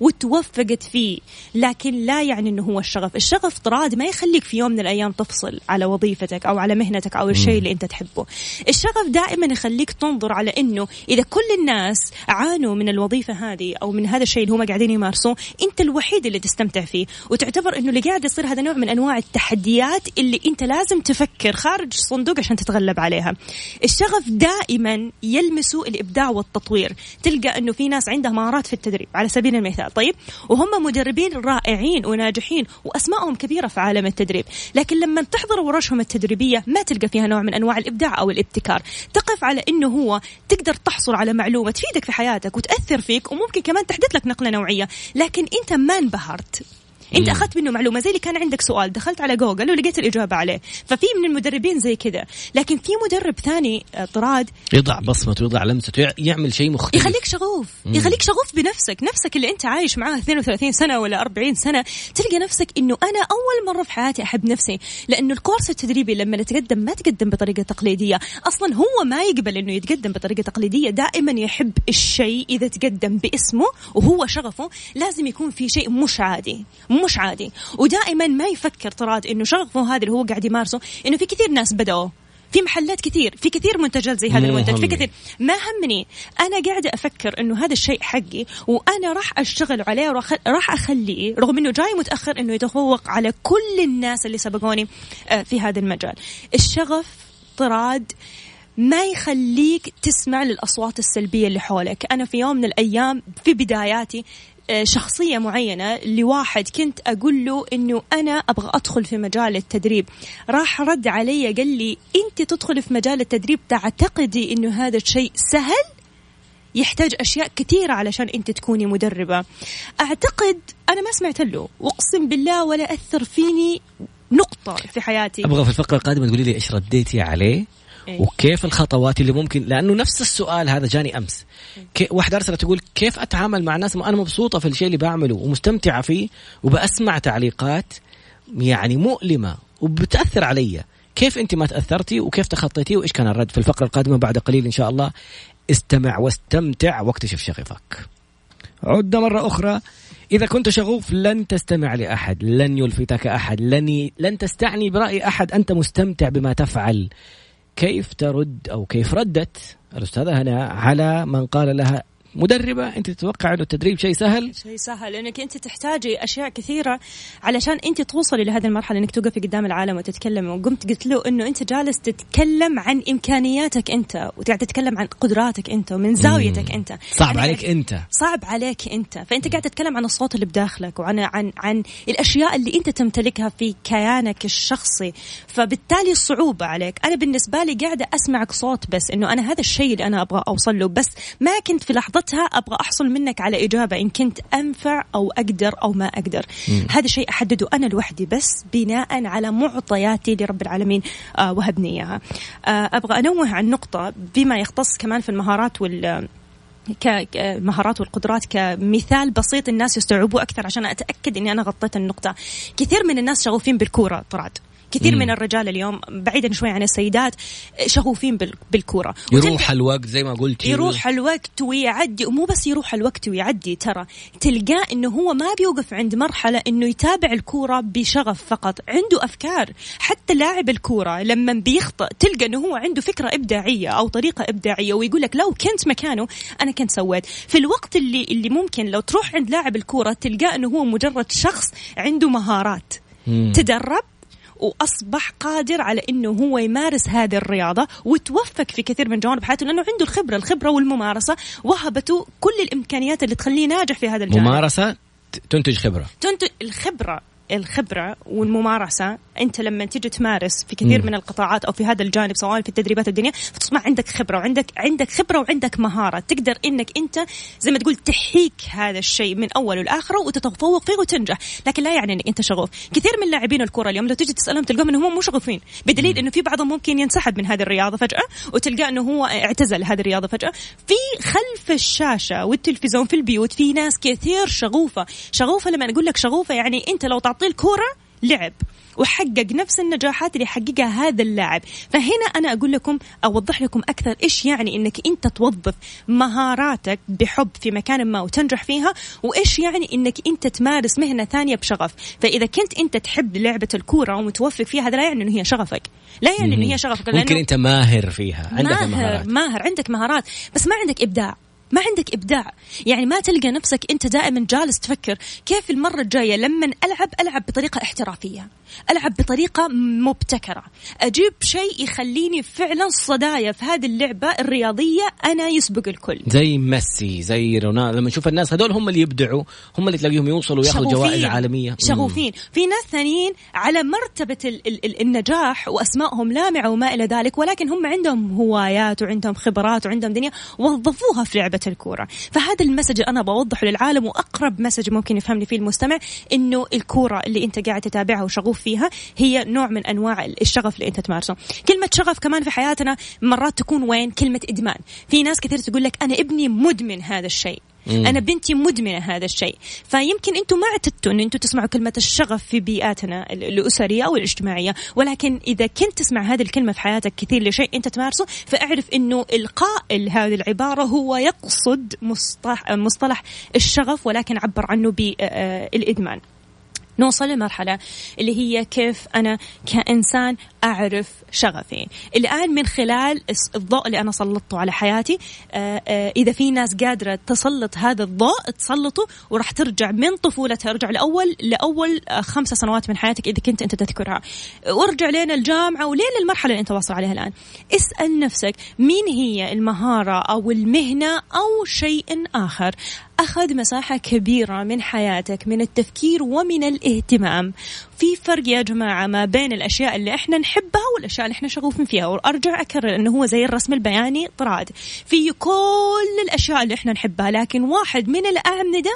وتوفقت فيه، لكن لا يعني إنه هو الشغف. الشغف طراد ما يخليك في يوم من الأيام تفصل على وظيفتك أو على مهنتك أو الشيء اللي أنت تحبه. الشغف دائما يخليك تنظر على إنه إذا كل الناس عانوا من الوظيفة هذه أو من هذا الشيء اللي هم قاعدين يمارسوه، أنت الوحيد اللي تستمتع فيه، وتعتبر إنه اللي قاعد يصير هذا نوع من أنواع التحديات اللي أنت لازم تفكر خارج صندوق عشان تتغلب عليها. الشغف دائما يلمسوا الإبداع والتطوير. تلقى أنه في ناس عندها مهارات في التدريب على سبيل المثال، طيب، وهم مدربين رائعين وناجحين وأسمائهم كبيرة في عالم التدريب، لكن لما تحضر ورشهم التدريبية ما تلقى فيها نوع من أنواع الإبداع أو الابتكار. تقف على أنه هو تقدر تحصل على معلومة تفيدك في حياتك وتأثر فيك وممكن كمان تحدث لك نقلة نوعية، لكن أنت ما انبهرت. انت اخذت منه معلومه، زي اللي كان عندك سؤال دخلت على جوجل ولقيت الاجابه عليه. ففي من المدربين زي كذا، لكن في مدرب ثاني طراد يضع بصمته ويضع لمسته، يعمل شيء مختلف، يخليك شغوف. مم. يخليك شغوف بنفسك، نفسك اللي انت عايش معاه اثنين وثلاثين سنه ولا أربعين سنه، تلقى نفسك انه انا اول مره في حياتي احب نفسي. لانه الكورس التدريبي لما يتقدم ما تقدم بطريقه تقليديه، اصلا هو ما يقبل انه يتقدم بطريقه تقليديه، دائما يحب الشيء اذا تقدم باسمه وهو شغفه لازم يكون في شيء مش عادي مش عادي. ودائما ما يفكر طراد انه شغفه هذا اللي هو قاعد يمارسه، انه في كثير ناس بدأوا في محلات كثير، في كثير منتجات زي هذا المنتج، في كثير. ما همني، أنا قاعدة أفكر إنه هذا الشيء حقي وأنا راح أشتغل عليه وراح أخليه، رغم إنه جاي متأخر، إنه يتفوق على كل الناس اللي سبقوني في هذا المجال. الشغف طراد ما يخليك تسمع للأصوات السلبية اللي حولك. أنا في يوم من الأيام في بداياتي شخصية معينة لواحد كنت أقول له إنه أنا أبغى أدخل في مجال التدريب، راح رد علي قال لي أنت تدخل في مجال التدريب تعتقدي إنه هذا الشيء سهل؟ يحتاج أشياء كثيرة علشان أنت تكوني مدربة. أعتقد أنا ما سمعت له، وأقسم بالله ولا أثر فيني نقطة في حياتي. أبغى في الفقرة القادمة تقولي لي إيش رديتي عليه إيه؟ وكيف الخطوات اللي ممكن، لأنه نفس السؤال هذا جاني أمس. إيه؟ واحدة أرسلت تقول كيف أتعامل مع ناس أنا مبسوطة في الشيء اللي بعمله ومستمتعة فيه وبأسمع تعليقات يعني مؤلمة وبتأثر علي، كيف أنت ما تأثرتي وكيف تخطيتي وإيش كان الرد؟ في الفقرة القادمة بعد قليل إن شاء الله. استمع واستمتع واكتشف شغفك. عد مرة أخرى، إذا كنت شغوف لن تستمع لأحد، لن يلفتك أحد، لن لن تستعني برأي أحد، أنت مستمتع بما تفعل. كيف ترد أو كيف ردت الأستاذة هنا على من قال لها مدربة أنت تتوقع أنه التدريب شيء سهل؟ شيء سهل، لأنك أنت تحتاجي أشياء كثيرة علشان أنت توصلي لهذه المرحلة إنك توقفي قدام العالم وتتكلم. وقمت قلت له إنه أنت جالس تتكلم عن إمكانياتك أنت، وقاعد تتكلم عن قدراتك أنت ومن زاويتك مم. أنت صعب عليك أنت صعب عليك أنت فأنت قاعد تتكلم عن الصوت اللي بداخلك وعن عن عن الأشياء اللي أنت تمتلكها في كيانك الشخصي، فبالتالي الصعوبة عليك. أنا بالنسبة لي قاعدة أسمعك صوت بس إنه أنا هذا الشيء اللي أنا أبغى أوصل له، بس ما كنت في لحظتها أبغى أحصل منك على إجابة إن كنت أنفع أو أقدر أو ما أقدر. مم. هذا شيء أحدده أنا لوحدي بس بناء على معطياتي لرب العالمين آه وهبني إياها. آه أبغى أنوه عن نقطة بما يختص كمان في المهارات وال كمهارات والقدرات كمثال بسيط الناس يستوعبوه أكثر عشان أتأكد أني أنا غطيت النقطة. كثير من الناس شغوفين بالكورة طراد، كثير مم. من الرجال اليوم بعيدا شوي عن السيدات شغوفين بالكورة، يروح الوقت زي ما قلت يروح الوقت ويعدي، ومو بس يروح الوقت ويعدي، ترى تلقاه انه هو ما بيوقف عند مرحلة انه يتابع الكورة بشغف فقط، عنده افكار. حتى لاعب الكورة لما بيخطئ تلقى انه هو عنده فكرة ابداعية او طريقة ابداعية ويقول لك لو كنت مكانه انا كنت سويت. في الوقت اللي اللي ممكن لو تروح عند لاعب الكورة تلقاه انه هو مجرد شخص عنده مهارات مم. تدرب وأصبح قادر على إنه هو يمارس هذه الرياضة وتوفق في كثير من جوانب حياته، لأنه عنده الخبرة الخبرة والممارسة وهبته كل الإمكانيات اللي تخليه ناجح في هذا الجانب. ممارسة تنتج خبرة، تنتج الخبرة الخبرة والممارسة. أنت لما تيجي تمارس في كثير م. من القطاعات أو في هذا الجانب سواء في التدريبات الدنيا فتصبح عندك خبرة وعندك عندك خبرة وعندك مهارة، تقدر إنك أنت زي ما تقول تحيك هذا الشيء من أوله لآخره وتتفوق فيه وتنجح. لكن لا يعني إنك أنت شغوف. كثير من لاعبين الكرة اليوم لو تيجي تسألهم تلقاهم إنهم هم مو شغوفين، بدليل إنه في بعضهم ممكن ينسحب من هذه الرياضة فجأة وتلقى إنه هو اعتزل هذه الرياضة فجأة. في خلف الشاشة والتلفزيون في البيوت في ناس كثير شغوفة. شغوفة لما نقول لك شغوفة يعني أنت لو تعطيه الكرة لعب وحقق نفس النجاحات اللي حققها هذا اللاعب. فهنا أنا أقول لكم أوضح لكم أكثر إيش يعني إنك أنت توظف مهاراتك بحب في مكان ما وتنجح فيها، وإيش يعني إنك أنت تمارس مهنة ثانية بشغف. فإذا كنت أنت تحب لعبة الكورة ومتوفق فيها هذا لا يعني إنه هي شغفك، لا يعني إنه هي شغفك. ممكن أنت ماهر فيها، عندك ماهر مهارات. ماهر عندك مهارات بس ما عندك إبداع، ما عندك إبداع. يعني ما تلقى نفسك أنت دائما جالس تفكر كيف المرة الجاية لما ألعب ألعب بطريقة احترافية، ألعب بطريقة مبتكرة، أجيب شيء يخليني فعلا صدايا في هذه اللعبة الرياضية أنا يسبق الكل. زي ميسي زي رونالدو، لما نشوف الناس هذول هم اللي يبدعوا، هم اللي تلاقيهم يوصلوا ياخذوا جوائز عالمية. شغوفين. في ناس ثانيين على مرتبة ال ال النجاح وأسمائهم لامعة وما إلى ذلك، ولكن هم عندهم هوايات وعندهم خبرات وعندهم دنيا وظفوها في لعبة الكورة. فهذا المسج أنا بوضحه للعالم، وأقرب مسج ممكن يفهمني فيه المستمع إنه الكورة اللي أنت قاعد تتابعها وشغوف فيها هي نوع من أنواع الشغف اللي أنت تمارسه. كلمة شغف كمان في حياتنا مرات تكون وين كلمة إدمان. في ناس كثير تقول لك أنا ابني مدمن هذا الشيء، مم. أنا بنتي مدمنة هذا الشيء. فيمكن أنتم ما اعتدتوا أن أنتم تسمعوا كلمة الشغف في بيئاتنا الأسرية أو الاجتماعية، ولكن إذا كنت تسمع هذه الكلمة في حياتك كثير لشيء أنت تمارسه فأعرف أنه القائل هذه العبارة هو يقصد مصطلح, مصطلح الشغف ولكن عبر عنه بالإدمان. نوصل لمرحلة اللي هي كيف أنا كإنسان أعرف شغفي الآن من خلال الضوء اللي أنا سلطته على حياتي. آآ آآ إذا في ناس قادرة تسلط هذا الضوء تسلطه وراح ترجع من طفولتها، ارجع لأول لأول خمسة سنوات من حياتك إذا كنت أنت تذكرها، وارجع لين الجامعة ولين المرحلة اللي أنت واصل عليها الآن. اسأل نفسك مين هي المهارة أو المهنة أو شيء آخر أخذ مساحة كبيرة من حياتك من التفكير ومن الاهتمام. في فرق يا جماعة ما بين الأشياء اللي إحنا نحبها والأشياء اللي إحنا شغوفين فيها. وأرجع أكرر أنه هو زي الرسم البياني طراد، في كل الأشياء اللي إحنا نحبها لكن واحد من الأعمدة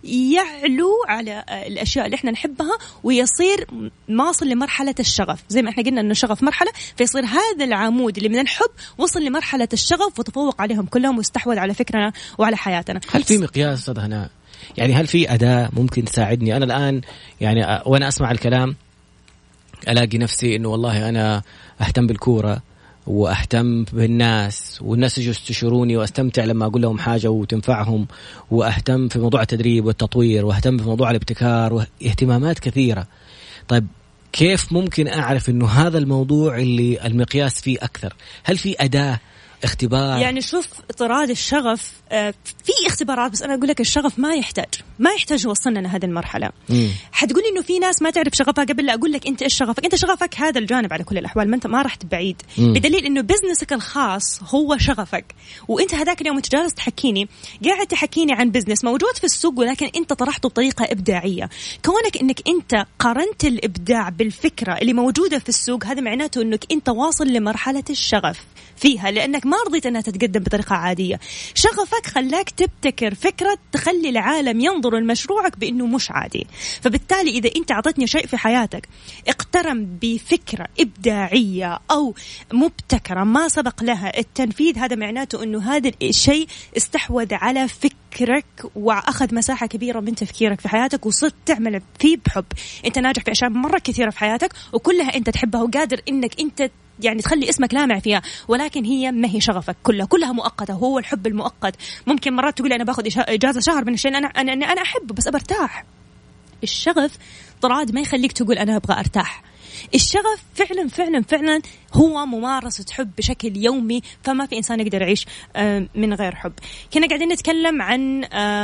يعلو على الأشياء اللي إحنا نحبها ويصير واصل لمرحلة الشغف. زي ما إحنا قلنا أنه الشغف مرحلة، فيصير هذا العمود اللي من الحب وصل لمرحلة الشغف وتفوق عليهم كلهم واستحوذ على فكرنا وعلى حياتنا. هل في مقياس أستاذ هناء؟ يعني هل في أداة ممكن تساعدني أنا الآن يعني وأنا أسمع الكلام ألاقي نفسي إنه والله أنا أهتم بالكورة وأهتم بالناس والناس يجوا يستشيروني وأستمتع لما أقول لهم حاجة وتنفعهم، وأهتم في موضوع التدريب والتطوير وأهتم في موضوع الابتكار واهتمامات كثيرة. طيب كيف ممكن أعرف إنه هذا الموضوع اللي المقياس فيه أكثر؟ هل في أداة اختبار. يعني شوف طراد الشغف في اختبارات، بس أنا أقول لك الشغف ما يحتاج ما يحتاج يوصلنا لهذه المرحلة. مم. حتقولي إنه في ناس ما تعرف شغفها قبل، لا أقول لك أنت إيش شغفك. أنت شغفك هذا الجانب على كل الأحوال، ما أنت ما رحت بعيد. مم. بدليل إنه بزنسك الخاص هو شغفك، وأنت هذاك اليوم أنت جالس تحكيني قاعد تحكيني عن بزنس موجود في السوق، ولكن أنت طرحته بطريقة إبداعية. كونك إنك أنت قارنت الإبداع بالفكرة اللي موجودة في السوق، هذا معناته إنك أنت واصل لمرحلة الشغف فيها، لأنك ما رضيت أنها تتقدم بطريقة عادية. شغفك خلاك تبتكر فكرة تخلي العالم ينظر لمشروعك بأنه مش عادي. فبالتالي إذا أنت عطتني شيء في حياتك اقترن بفكرة إبداعية أو مبتكرة ما سبق لها التنفيذ، هذا معناته أنه هذا الشيء استحوذ على فكرك وأخذ مساحة كبيرة من تفكيرك في حياتك، وصرت تعمل فيه بحب. أنت ناجح في أشياء مرة كثيرة في حياتك وكلها أنت تحبها وقادر إنك أنت يعني تخلي اسمك لامع فيها، ولكن هي ما هي شغفك، كلها كلها مؤقتة. هو الحب المؤقت. ممكن مرات تقول أنا باخذ إجازة شهر من الشيء أنا أنا أنا أحبه بس أبرتاح. الشغف طراد ما يخليك تقول أنا أبغى أرتاح. الشغف فعلا فعلا فعلا هو ممارسة حب بشكل يومي، فما في إنسان يقدر يعيش من غير حب. كنا قاعدين نتكلم عن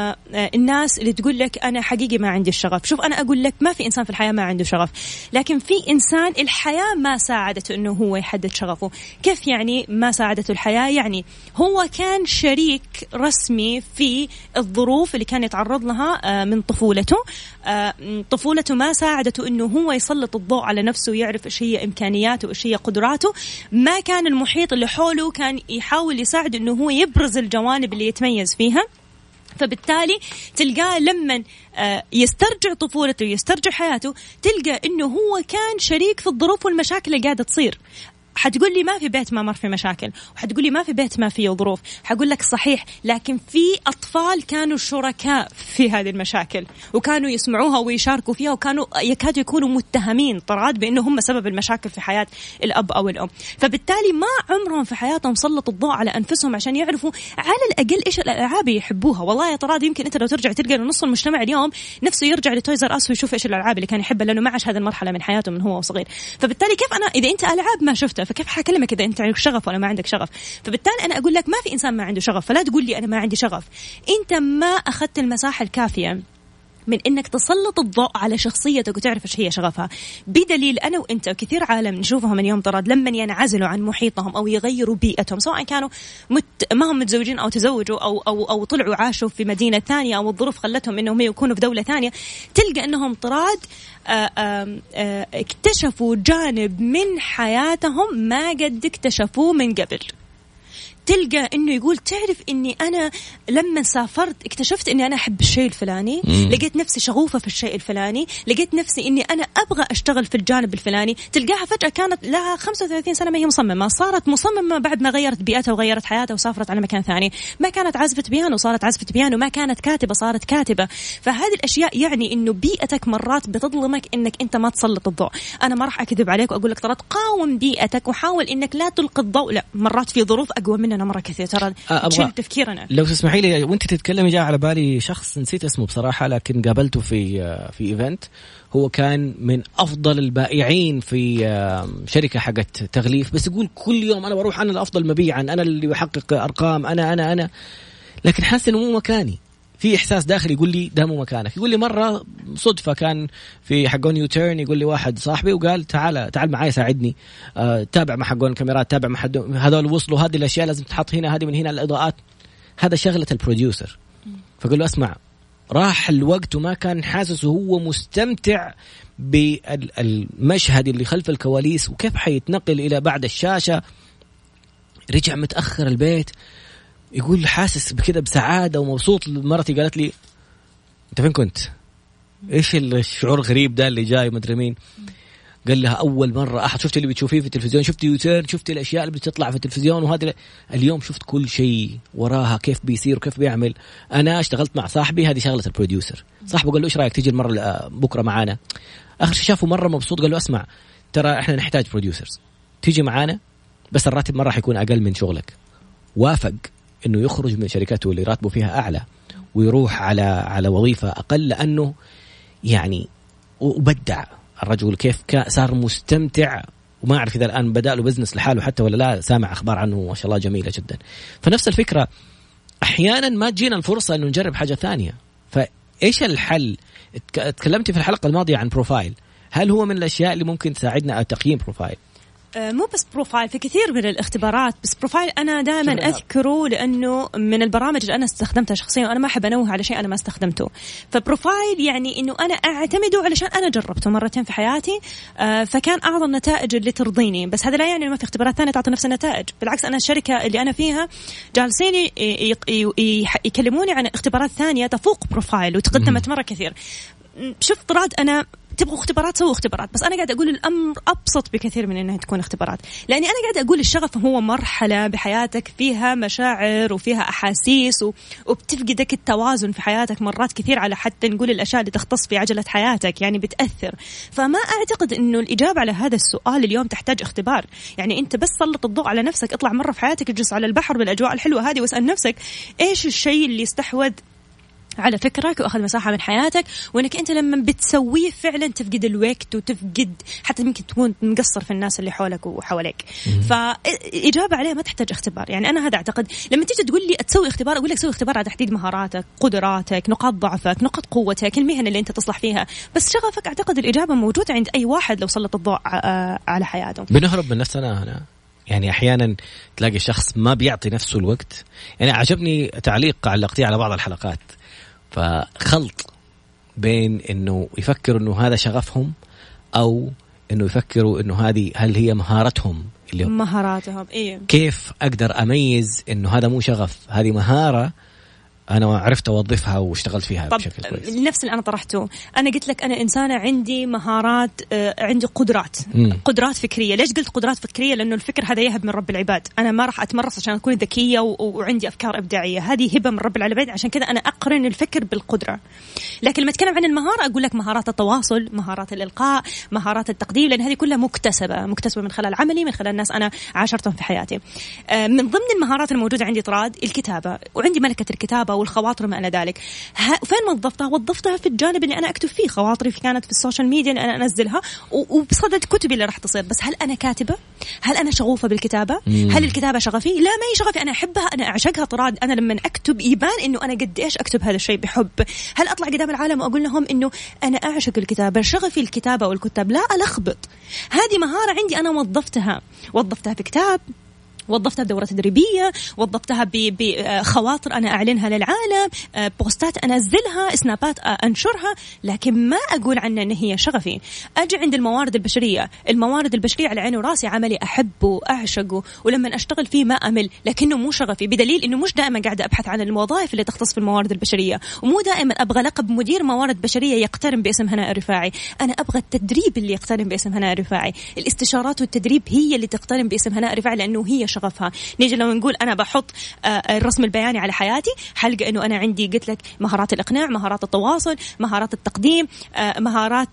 الناس اللي تقول لك أنا حقيقي ما عندي الشغف. شوف أنا أقول لك ما في إنسان في الحياة ما عنده شغف، لكن في إنسان الحياة ما ساعدته إنه هو يحدد شغفه. كيف يعني ما ساعدته الحياة؟ يعني هو كان شريك رسمي في الظروف اللي كان يتعرض لها من طفولته. طفولته ما ساعدته إنه هو يسلط الضوء على نفسه ويعرف إيش هي إمكانياته وإيش هي قدراته. ما كان المحيط اللي حوله كان يحاول يساعد إنه هو يبرز الجوانب اللي يتميز فيها. فبالتالي تلقاه لما يسترجع طفولته ويسترجع حياته، تلقى إنه هو كان شريك في الظروف والمشاكل اللي قاعدة تصير. حتقول لي ما في بيت ما مر في مشاكل، وحتقول لي ما في بيت ما فيه ظروف. حقول لك صحيح، لكن في أطفال كانوا شركاء في هذه المشاكل وكانوا يسمعوها ويشاركوا فيها، وكانوا يكادوا يكونوا متهمين طراد بأنه هم سبب المشاكل في حياة الأب أو الأم. فبالتالي ما عمرهم في حياتهم سلطوا الضوء على أنفسهم عشان يعرفوا على الأقل إيش الألعاب يحبوها. والله يا طراد يمكن أنت لو ترجع تلقى نص المجتمع اليوم نفسه يرجع لتويزر أس ويشوف إيش الألعاب اللي كان يحبها، لأنه ما عاش هذه المرحلة من حياته من هو صغير. فبالتالي كيف أنا إذا أنت ألعاب ما شفتها فكيف حكلمك إذا أنت عندك شغف ولا ما عندك شغف؟ فبالتالي أنا أقول لك ما في إنسان ما عنده شغف، فلا تقول لي أنا ما عندي شغف. أنت ما أخذت المساحة الكافية من إنك تسلط الضوء على شخصيتك وتعرف إيش هي شغفها. بدليل أنا وإنت وكثير عالم نشوفهم من يوم طراد لما ينعزلوا عن محيطهم أو يغيروا بيئتهم، سواء كانوا مت... ما هم متزوجين أو تزوجوا أو أو أو طلعوا عاشوا في مدينة ثانية أو الظروف خلتهم إنهم يكونوا في دولة ثانية، تلقى إنهم طراد آآ آآ اكتشفوا جانب من حياتهم ما قد اكتشفوه من قبل. تلقى إنه يقول تعرف إني أنا لما سافرت اكتشفت إني أنا أحب الشيء الفلاني، مم. لقيت نفسي شغوفة في الشيء الفلاني، لقيت نفسي إني أنا أبغى أشتغل في الجانب الفلاني. تلقاها فجأة كانت لها خمسة وثلاثين سنة ما هي مصممة، صارت مصممة بعد ما غيرت بيئتها وغيرت حياتها وسافرت على مكان ثاني. ما كانت عازفة بيانو صارت عازفة بيانو، ما كانت كاتبة صارت كاتبة. فهذه الأشياء يعني إنه بيئتك مرات بتظلمك إنك أنت ما تسلط الضوء. أنا ما راح أكذب عليك وأقول لك ترى قاوم بيئتك وحاول إنك لا تلقي الضوء، لا مرات في ظروف أقوى مننا مرة كثير ترى تشيل تفكيرنا. لو تسمحي لي وانت تتكلمي جاء على بالي شخص نسيت اسمه بصراحة، لكن قابلته في في ايفنت. هو كان من افضل البائعين في شركة حقت تغليف، بس يقول كل يوم انا بروح انا الافضل مبيعا، انا اللي بحقق ارقام، انا انا انا لكن حاسس انه مو مكاني. في إحساس داخلي يقول لي ده مو مكانك. يقول لي مرة صدفة كان في حقون يوتيرن، يقول لي واحد صاحبي وقال تعال تعال معاي ساعدني، أه تابع مع حقون الكاميرات، تابع مع هذول وصلوا هذه الأشياء لازم تحط هنا، هذه من هنا الإضاءات. هذا شغلة البروديوسر. فقال له أسمع، راح الوقت وما كان حاسس وهو مستمتع بالمشهد اللي خلف الكواليس وكيف حيتنقل إلى بعد الشاشة. رجع متأخر البيت يقول حاسس بكده بسعادة ومبسوط. مرتي قالت لي أنت فين كنت؟ إيش الشعور الغريب ده اللي جاي مدري مين؟ قال لها أول مرة أحد شفت اللي بتشوفيه في التلفزيون، شفت يوتيرن، شفت الأشياء اللي بتطلع في التلفزيون، وهذا اليوم شفت كل شيء وراها كيف بيصير وكيف بيعمل. أنا اشتغلت مع صاحبي، هذه شغلة البروديوسر. صاحبه قال له إيش رأيك تيجي المرة بكرة معانا؟ آخر شيء شافه مرة مبسوط، قال له أسمع ترى إحنا نحتاج بروديوسرز، تيجي معانا بس الراتب مرة حيكون أقل من شغلك. وافق إنه يخرج من شركته اللي راتبه فيها أعلى ويروح على على وظيفة أقل، لأنه يعني وبدع الرجل كيف صار مستمتع وما أعرف إذا الآن بدأ له بزنس لحاله حتى ولا لا، سامع أخبار عنه ما شاء الله جميلة جدا. فنفس الفكرة أحيانا ما تجينا الفرصة إنه نجرب حاجة ثانية. فإيش الحل؟ تكلمتي في الحلقة الماضية عن بروفايل، هل هو من الأشياء اللي ممكن تساعدنا على تقييم بروفايل؟ مو بس بروفايل، في كثير من الاختبارات، بس بروفايل أنا دائما أذكره لأنه من البرامج اللي أنا استخدمتها شخصيا، وأنا ما أحب أنوه على شيء أنا ما استخدمته. فبروفايل يعني إنه أنا أعتمده علشان أنا جربته مرتين في حياتي، فكان أعظم النتائج اللي ترضيني. بس هذا لا يعني ما في اختبارات ثانية تعطي نفس النتائج، بالعكس أنا الشركة اللي أنا فيها جالسين يكلموني عن اختبارات ثانية تفوق بروفايل وتقدمت مرة كثير. شوف طراد، أنا تبغوا اختبارات سووا اختبارات، بس أنا قاعد أقول الأمر أبسط بكثير من أنها تكون اختبارات، لأني أنا قاعد أقول الشغف هو مرحلة بحياتك فيها مشاعر وفيها أحاسيس وبتفقدك التوازن في حياتك مرات كثير، على حتى نقول الأشياء اللي تختص في عجلة حياتك يعني بتأثر. فما أعتقد أنه الإجابة على هذا السؤال اليوم تحتاج اختبار. يعني أنت بس سلط الضوء على نفسك، اطلع مرة في حياتك، اجلس على البحر بالأجواء الحلوة هذه واسأل نفسك إيش الشيء اللي يستحوذ على فكرك وأخذ مساحة من حياتك، وإنك أنت لما بتسويه فعلا تفقد الوقت وتفقد حتى ممكن تكون مقصر في الناس اللي حولك وحواليك. فإجابة عليها ما تحتاج اختبار. يعني أنا هذا أعتقد. لما تيجي تقول لي تسوي اختبار، أقول لك سوي اختبار على تحديد مهاراتك، قدراتك، نقاط ضعفك، نقاط قوتك، المهن اللي أنت تصلح فيها. بس شغفك أعتقد الإجابة موجودة عند أي واحد لو سلط الضوء على حياته. بنهرب من نفسنا هنا. يعني أحيانا تلاقي شخص ما بيعطي نفسه الوقت. يعني عجبني تعليق علقتيه على بعض الحلقات، فخلط بين إنه يفكروا إنه هذا شغفهم أو إنه يفكروا إنه هذه هل هي مهارتهم اللي مهاراتهم. إيه كيف أقدر أميز إنه هذا مو شغف، هذه مهارة أنا عرفت أوظفها واشتغلت فيها بشكل كويس. نفس اللي أنا طرحته، أنا قلت لك أنا إنسانة عندي مهارات، عندي قدرات مم. قدرات فكرية. ليش قلت قدرات فكرية؟ لأنه الفكر هذا يهب من رب العباد. أنا ما راح أتمرس عشان أكون ذكية وعندي أفكار إبداعية، هذه هبة من رب العباد. عشان كذا أنا أقرن الفكر بالقدرة. لكن لما أتكلم عن المهارة أقول لك مهارات التواصل، مهارات الإلقاء، مهارات التقديم، لأن هذه كلها مكتسبة مكتسبة من خلال عملي، من خلال الناس أنا عاشرتهم في حياتي. من ضمن المهارات الموجودة عندي طراد الكتابة، وعندي ملكة الكتابة والخواطر ما إلى ذلك. فين وظفتها؟ وظفتها في الجانب اللي أنا أكتب فيه. خواطري كانت في السوشيال ميديا اللي أنا أنزلها، وبصدد كتبي اللي راح تصير. بس هل أنا كاتبة؟ هل أنا شغوفة بالكتابة؟ مم. هل الكتابة شغفي؟ لا، ما هي شغفي. أنا أحبها، أنا أعشقها طراد. أنا لما أكتب يبان إنه أنا قد إيش أكتب هذا الشيء بحب. هل أطلع قدام العالم وأقول لهم إنه أنا أعشق الكتابة، شغفي الكتابة والكتاب؟ لا، ألخبط. هذه مهارة عندي أنا وظفتها وظفتها في كتاب، وظفتها بدورة تدريبية، وظفتها بخواطر أنا أعلنها للعالم، بوستات أنزلها، سنابات أنشرها، لكن ما أقول عنها أن هي شغفي. أجي عند الموارد البشرية. الموارد البشرية على عيني وراسي، عملي أحبه أعشقه، ولما أشتغل فيه ما أمل، لكنه مو شغفي، بدليل أنه مش دائما قاعدة أبحث عن الوظائف اللي تختص في الموارد البشرية، ومو دائما أبغى لقب مدير موارد بشرية يقترن باسم هناء الرفاعي. أنا أبغى التدريب اللي يقترن باسم هناء الرفاعي، الاستشارات والتدريب هي اللي تقترن باسم هناء الرفاعي، لأنه هي شغفها. نيجي لو نقول أنا بحط الرسم البياني على حياتي، حلقة إنه أنا عندي قلت لك مهارات الإقناع، مهارات التواصل، مهارات التقديم، مهارات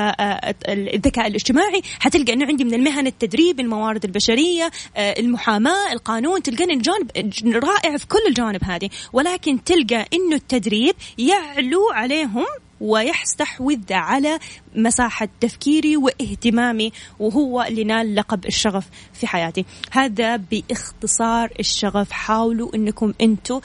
الذكاء الاجتماعي، حتلقى إنه عندي من المهن التدريب، الموارد البشرية، المحاماة، القانون. تلقاني الجانب رائع في كل الجوانب هذه، ولكن تلقى إنه التدريب يعلو عليهم ويستحوذ على مساحة تفكيري واهتمامي، وهو اللي نال لقب الشغف في حياتي. هذا باختصار الشغف. حاولوا أنكم أنتوا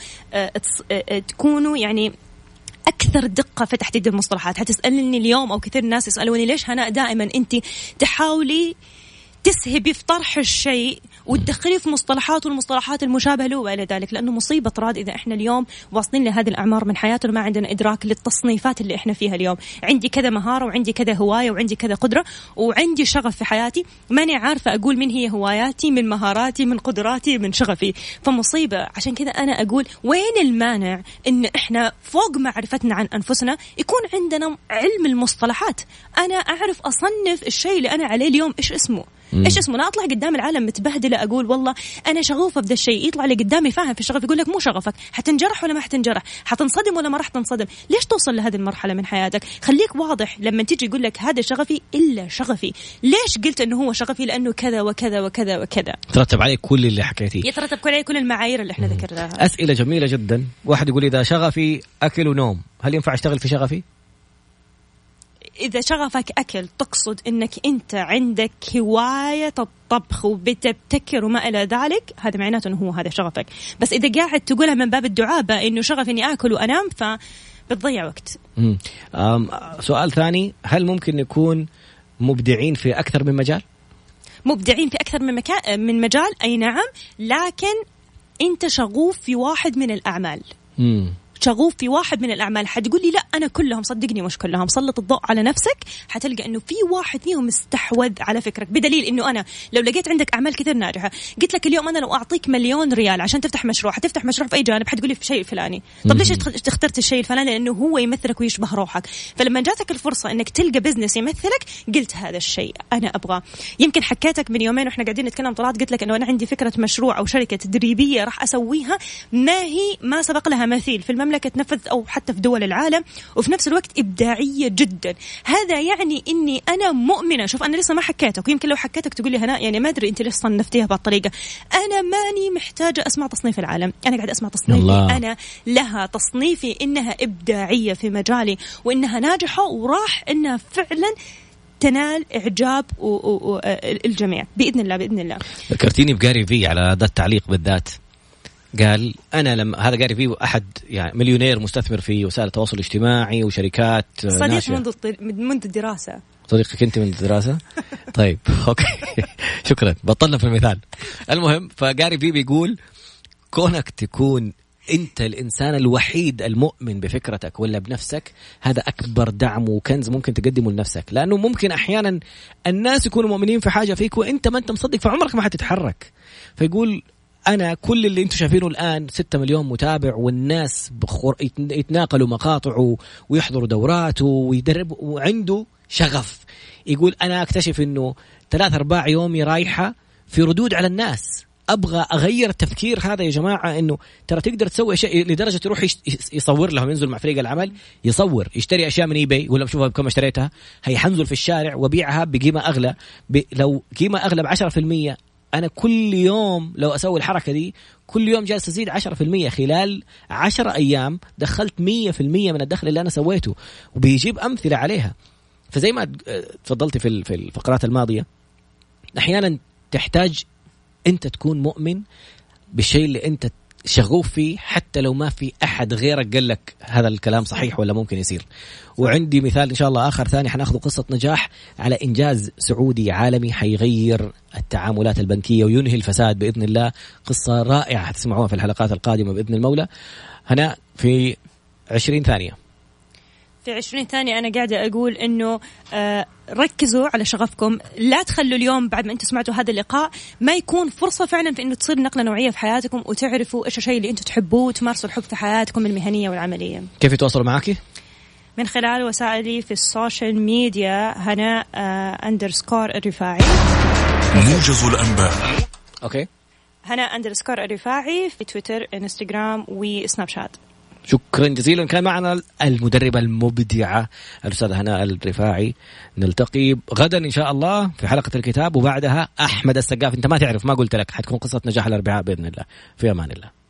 تكونوا يعني أكثر دقة في تحديد المصطلحات. حتسألني اليوم أو كثير ناس يسألوني ليش هناء دائما أنت تحاولي تسهبي في طرح الشيء وتدخلي في مصطلحات والمصطلحات المشابهة له وإلى ذلك، لأنه مصيبة راد إذا إحنا اليوم واصلين لهذه الأعمار من حياتنا ما عندنا إدراك للتصنيفات اللي إحنا فيها اليوم. عندي كذا مهارة، وعندي كذا هواية، وعندي كذا قدرة، وعندي شغف في حياتي، ماني عارفة أقول من هي هواياتي، من مهاراتي، من قدراتي، من شغفي. فمصيبة. عشان كذا أنا أقول وين المانع إن إحنا فوق معرفتنا عن أنفسنا يكون عندنا علم المصطلحات. أنا أعرف أصنف الشيء اللي أنا عليه اليوم إيش اسمه. إيش اسمه؟ لا أطلع قدام العالم متبهدلة أقول والله أنا شغوفة بدا الشيء، يطلع لي قدامي فاهم في الشغف يقول لك مو شغفك، حتنجرح ولا ما حتنجرح، حتنصدم ولا ما راح تنصدم. ليش توصل لهذه المرحلة من حياتك؟ خليك واضح لما تيجي يقول لك هذا شغفي إلا شغفي. ليش قلت إنه هو شغفي؟ لأنه كذا وكذا وكذا وكذا. ترتب عليه كل اللي حكيتيه، يترتب عليه كل المعايير اللي إحنا ذكرناها. أسئلة جميلة جدا. واحد يقول إذا شغفي أكل ونوم، هل ينفع أشتغل في شغفي؟ إذا شغفك أكل تقصد إنك أنت عندك هواية الطبخ وبتبتكر وما إلى ذلك، هذا معناته إنه هو هذا شغفك. بس إذا قاعد تقولها من باب الدعابة إنه شغف إني أكل وأنام، فبتضيع وقت. أم سؤال ثاني، هل ممكن نكون مبدعين في أكثر من مجال؟ مبدعين في أكثر من مكان من مجال، أي نعم، لكن أنت شغوف في واحد من الأعمال. مم. شغوف في واحد من الأعمال. حتقول لي لا أنا كلهم، صدقني مش كلهم. سلط الضوء على نفسك حتلقى إنه في واحد فيهم استحوذ على فكرك، بدليل إنه أنا لو لقيت عندك أعمال كثير ناجحة، قلت لك اليوم أنا لو أعطيك مليون ريال عشان تفتح مشروع، حتفتح مشروع في أي جانب؟ حتقولي في شيء الفلاني. طب ليش اخترت الشيء الفلاني؟ لأنه هو يمثلك ويشبه روحك. فلما جاتك الفرصة إنك تلقى بزنس يمثلك، قلت هذا الشيء أنا أبغاه. يمكن حكيتك من يومين وإحنا قاعدين نتكلم طلعت قلت لك إنه أنا عندي فكرة مشروع أو شركة تدريبية راح أسويها، ما هي ما سبق لها مثيل في المملكة تنفذ أو حتى في دول العالم، وفي نفس الوقت إبداعية جدا. هذا يعني إني أنا مؤمنة. شوف أنا لسه ما حكيتك، ويمكن لو حكيتك تقولي هناء يعني ما أدري أنت ليش صنفتيها بهالطريقة. أنا ماني محتاجة أسمع تصنيف العالم، أنا قاعد أسمع تصنيفي أنا لها. تصنيفي إنها إبداعية في مجالي وإنها ناجحة وراح إنها فعلا تنال إعجاب الجميع بإذن الله. بإذن الله. ذكرتيني بجاري في على هذا التعليق بالذات. قال أنا لما هذا جاري في أحد يعني مليونير مستثمر في وسائل التواصل الاجتماعي وشركات صديق منذ منذ الدراسة. صديقك أنت من الدراسة؟ طيب أوكي شكرا، بطلنا في المثال. المهم فجاري في بيقول كونك تكون أنت الإنسان الوحيد المؤمن بفكرتك ولا بنفسك، هذا أكبر دعم وكنز ممكن تقدمه لنفسك. لأنه ممكن أحيانا الناس يكونوا مؤمنين في حاجة فيك وأنت ما أنت مصدق، فعمرك ما حتتحرك. فيقول أنا كل اللي أنتم شايفينه الآن ستة مليون متابع، والناس بخور يتناقلوا مقاطعه ويحضروا دوراته ويدرب وعنده شغف. يقول أنا أكتشف إنه ثلاث أرباع يومي رايحة في ردود على الناس. أبغى أغير التفكير هذا يا جماعة، إنه ترى تقدر تسوي شيء لدرجة يروح يصور لهم، ينزل مع فريق العمل يصور، يشتري أشياء من إيباي ولا بشوفها بكم اشتريتها، هي حنزل في الشارع وبيعها بقيمة أغلى. لو قيمة أغلى بعشرة في المية، أنا كل يوم لو أسوي الحركة دي كل يوم جالس أزيد عشرة في المية. خلال عشرة أيام دخلت مية في المية من الدخل اللي أنا سويته، وبيجيب أمثلة عليها. فزي ما تفضلت في الفقرات الماضية، أحيانا تحتاج أنت تكون مؤمن بالشيء اللي أنت شغوف فيه، حتى لو ما في أحد غيرك قال لك هذا الكلام صحيح ولا ممكن يصير. وعندي مثال إن شاء الله آخر ثاني، حناخذ قصة نجاح على إنجاز سعودي عالمي حيغير التعاملات البنكية وينهي الفساد بإذن الله. قصة رائعة هتسمعوها في الحلقات القادمة بإذن المولى. هنا في عشرين ثانية في عشرين ثانية أنا قاعدة أقول إنه آه ركزوا على شغفكم. لا تخلوا اليوم بعد ما أنتم سمعتوا هذا اللقاء ما يكون فرصة فعلا في إنه تصير نقلة نوعية في حياتكم وتعرفوا إيش الشيء اللي أنتم تحبوه وتمارسوا الحب في حياتكم المهنية والعملية. كيف يتواصلوا معك؟ من خلال وسائلي في السوشيال ميديا هنا أندرسكور الرفاعي. موجز الأنباء. أوكي. هنا أندرسكور الرفاعي في تويتر إنستغرام وسناب شات. شكرا جزيلا. كان معنا المدربة المبدعة الأستاذة هناء الرفاعي. نلتقي غدا إن شاء الله في حلقة الكتاب، وبعدها أحمد السقاف. أنت ما تعرف، ما قلت لك، حتكون قصة نجاح الأربعاء بإذن الله. في أمان الله.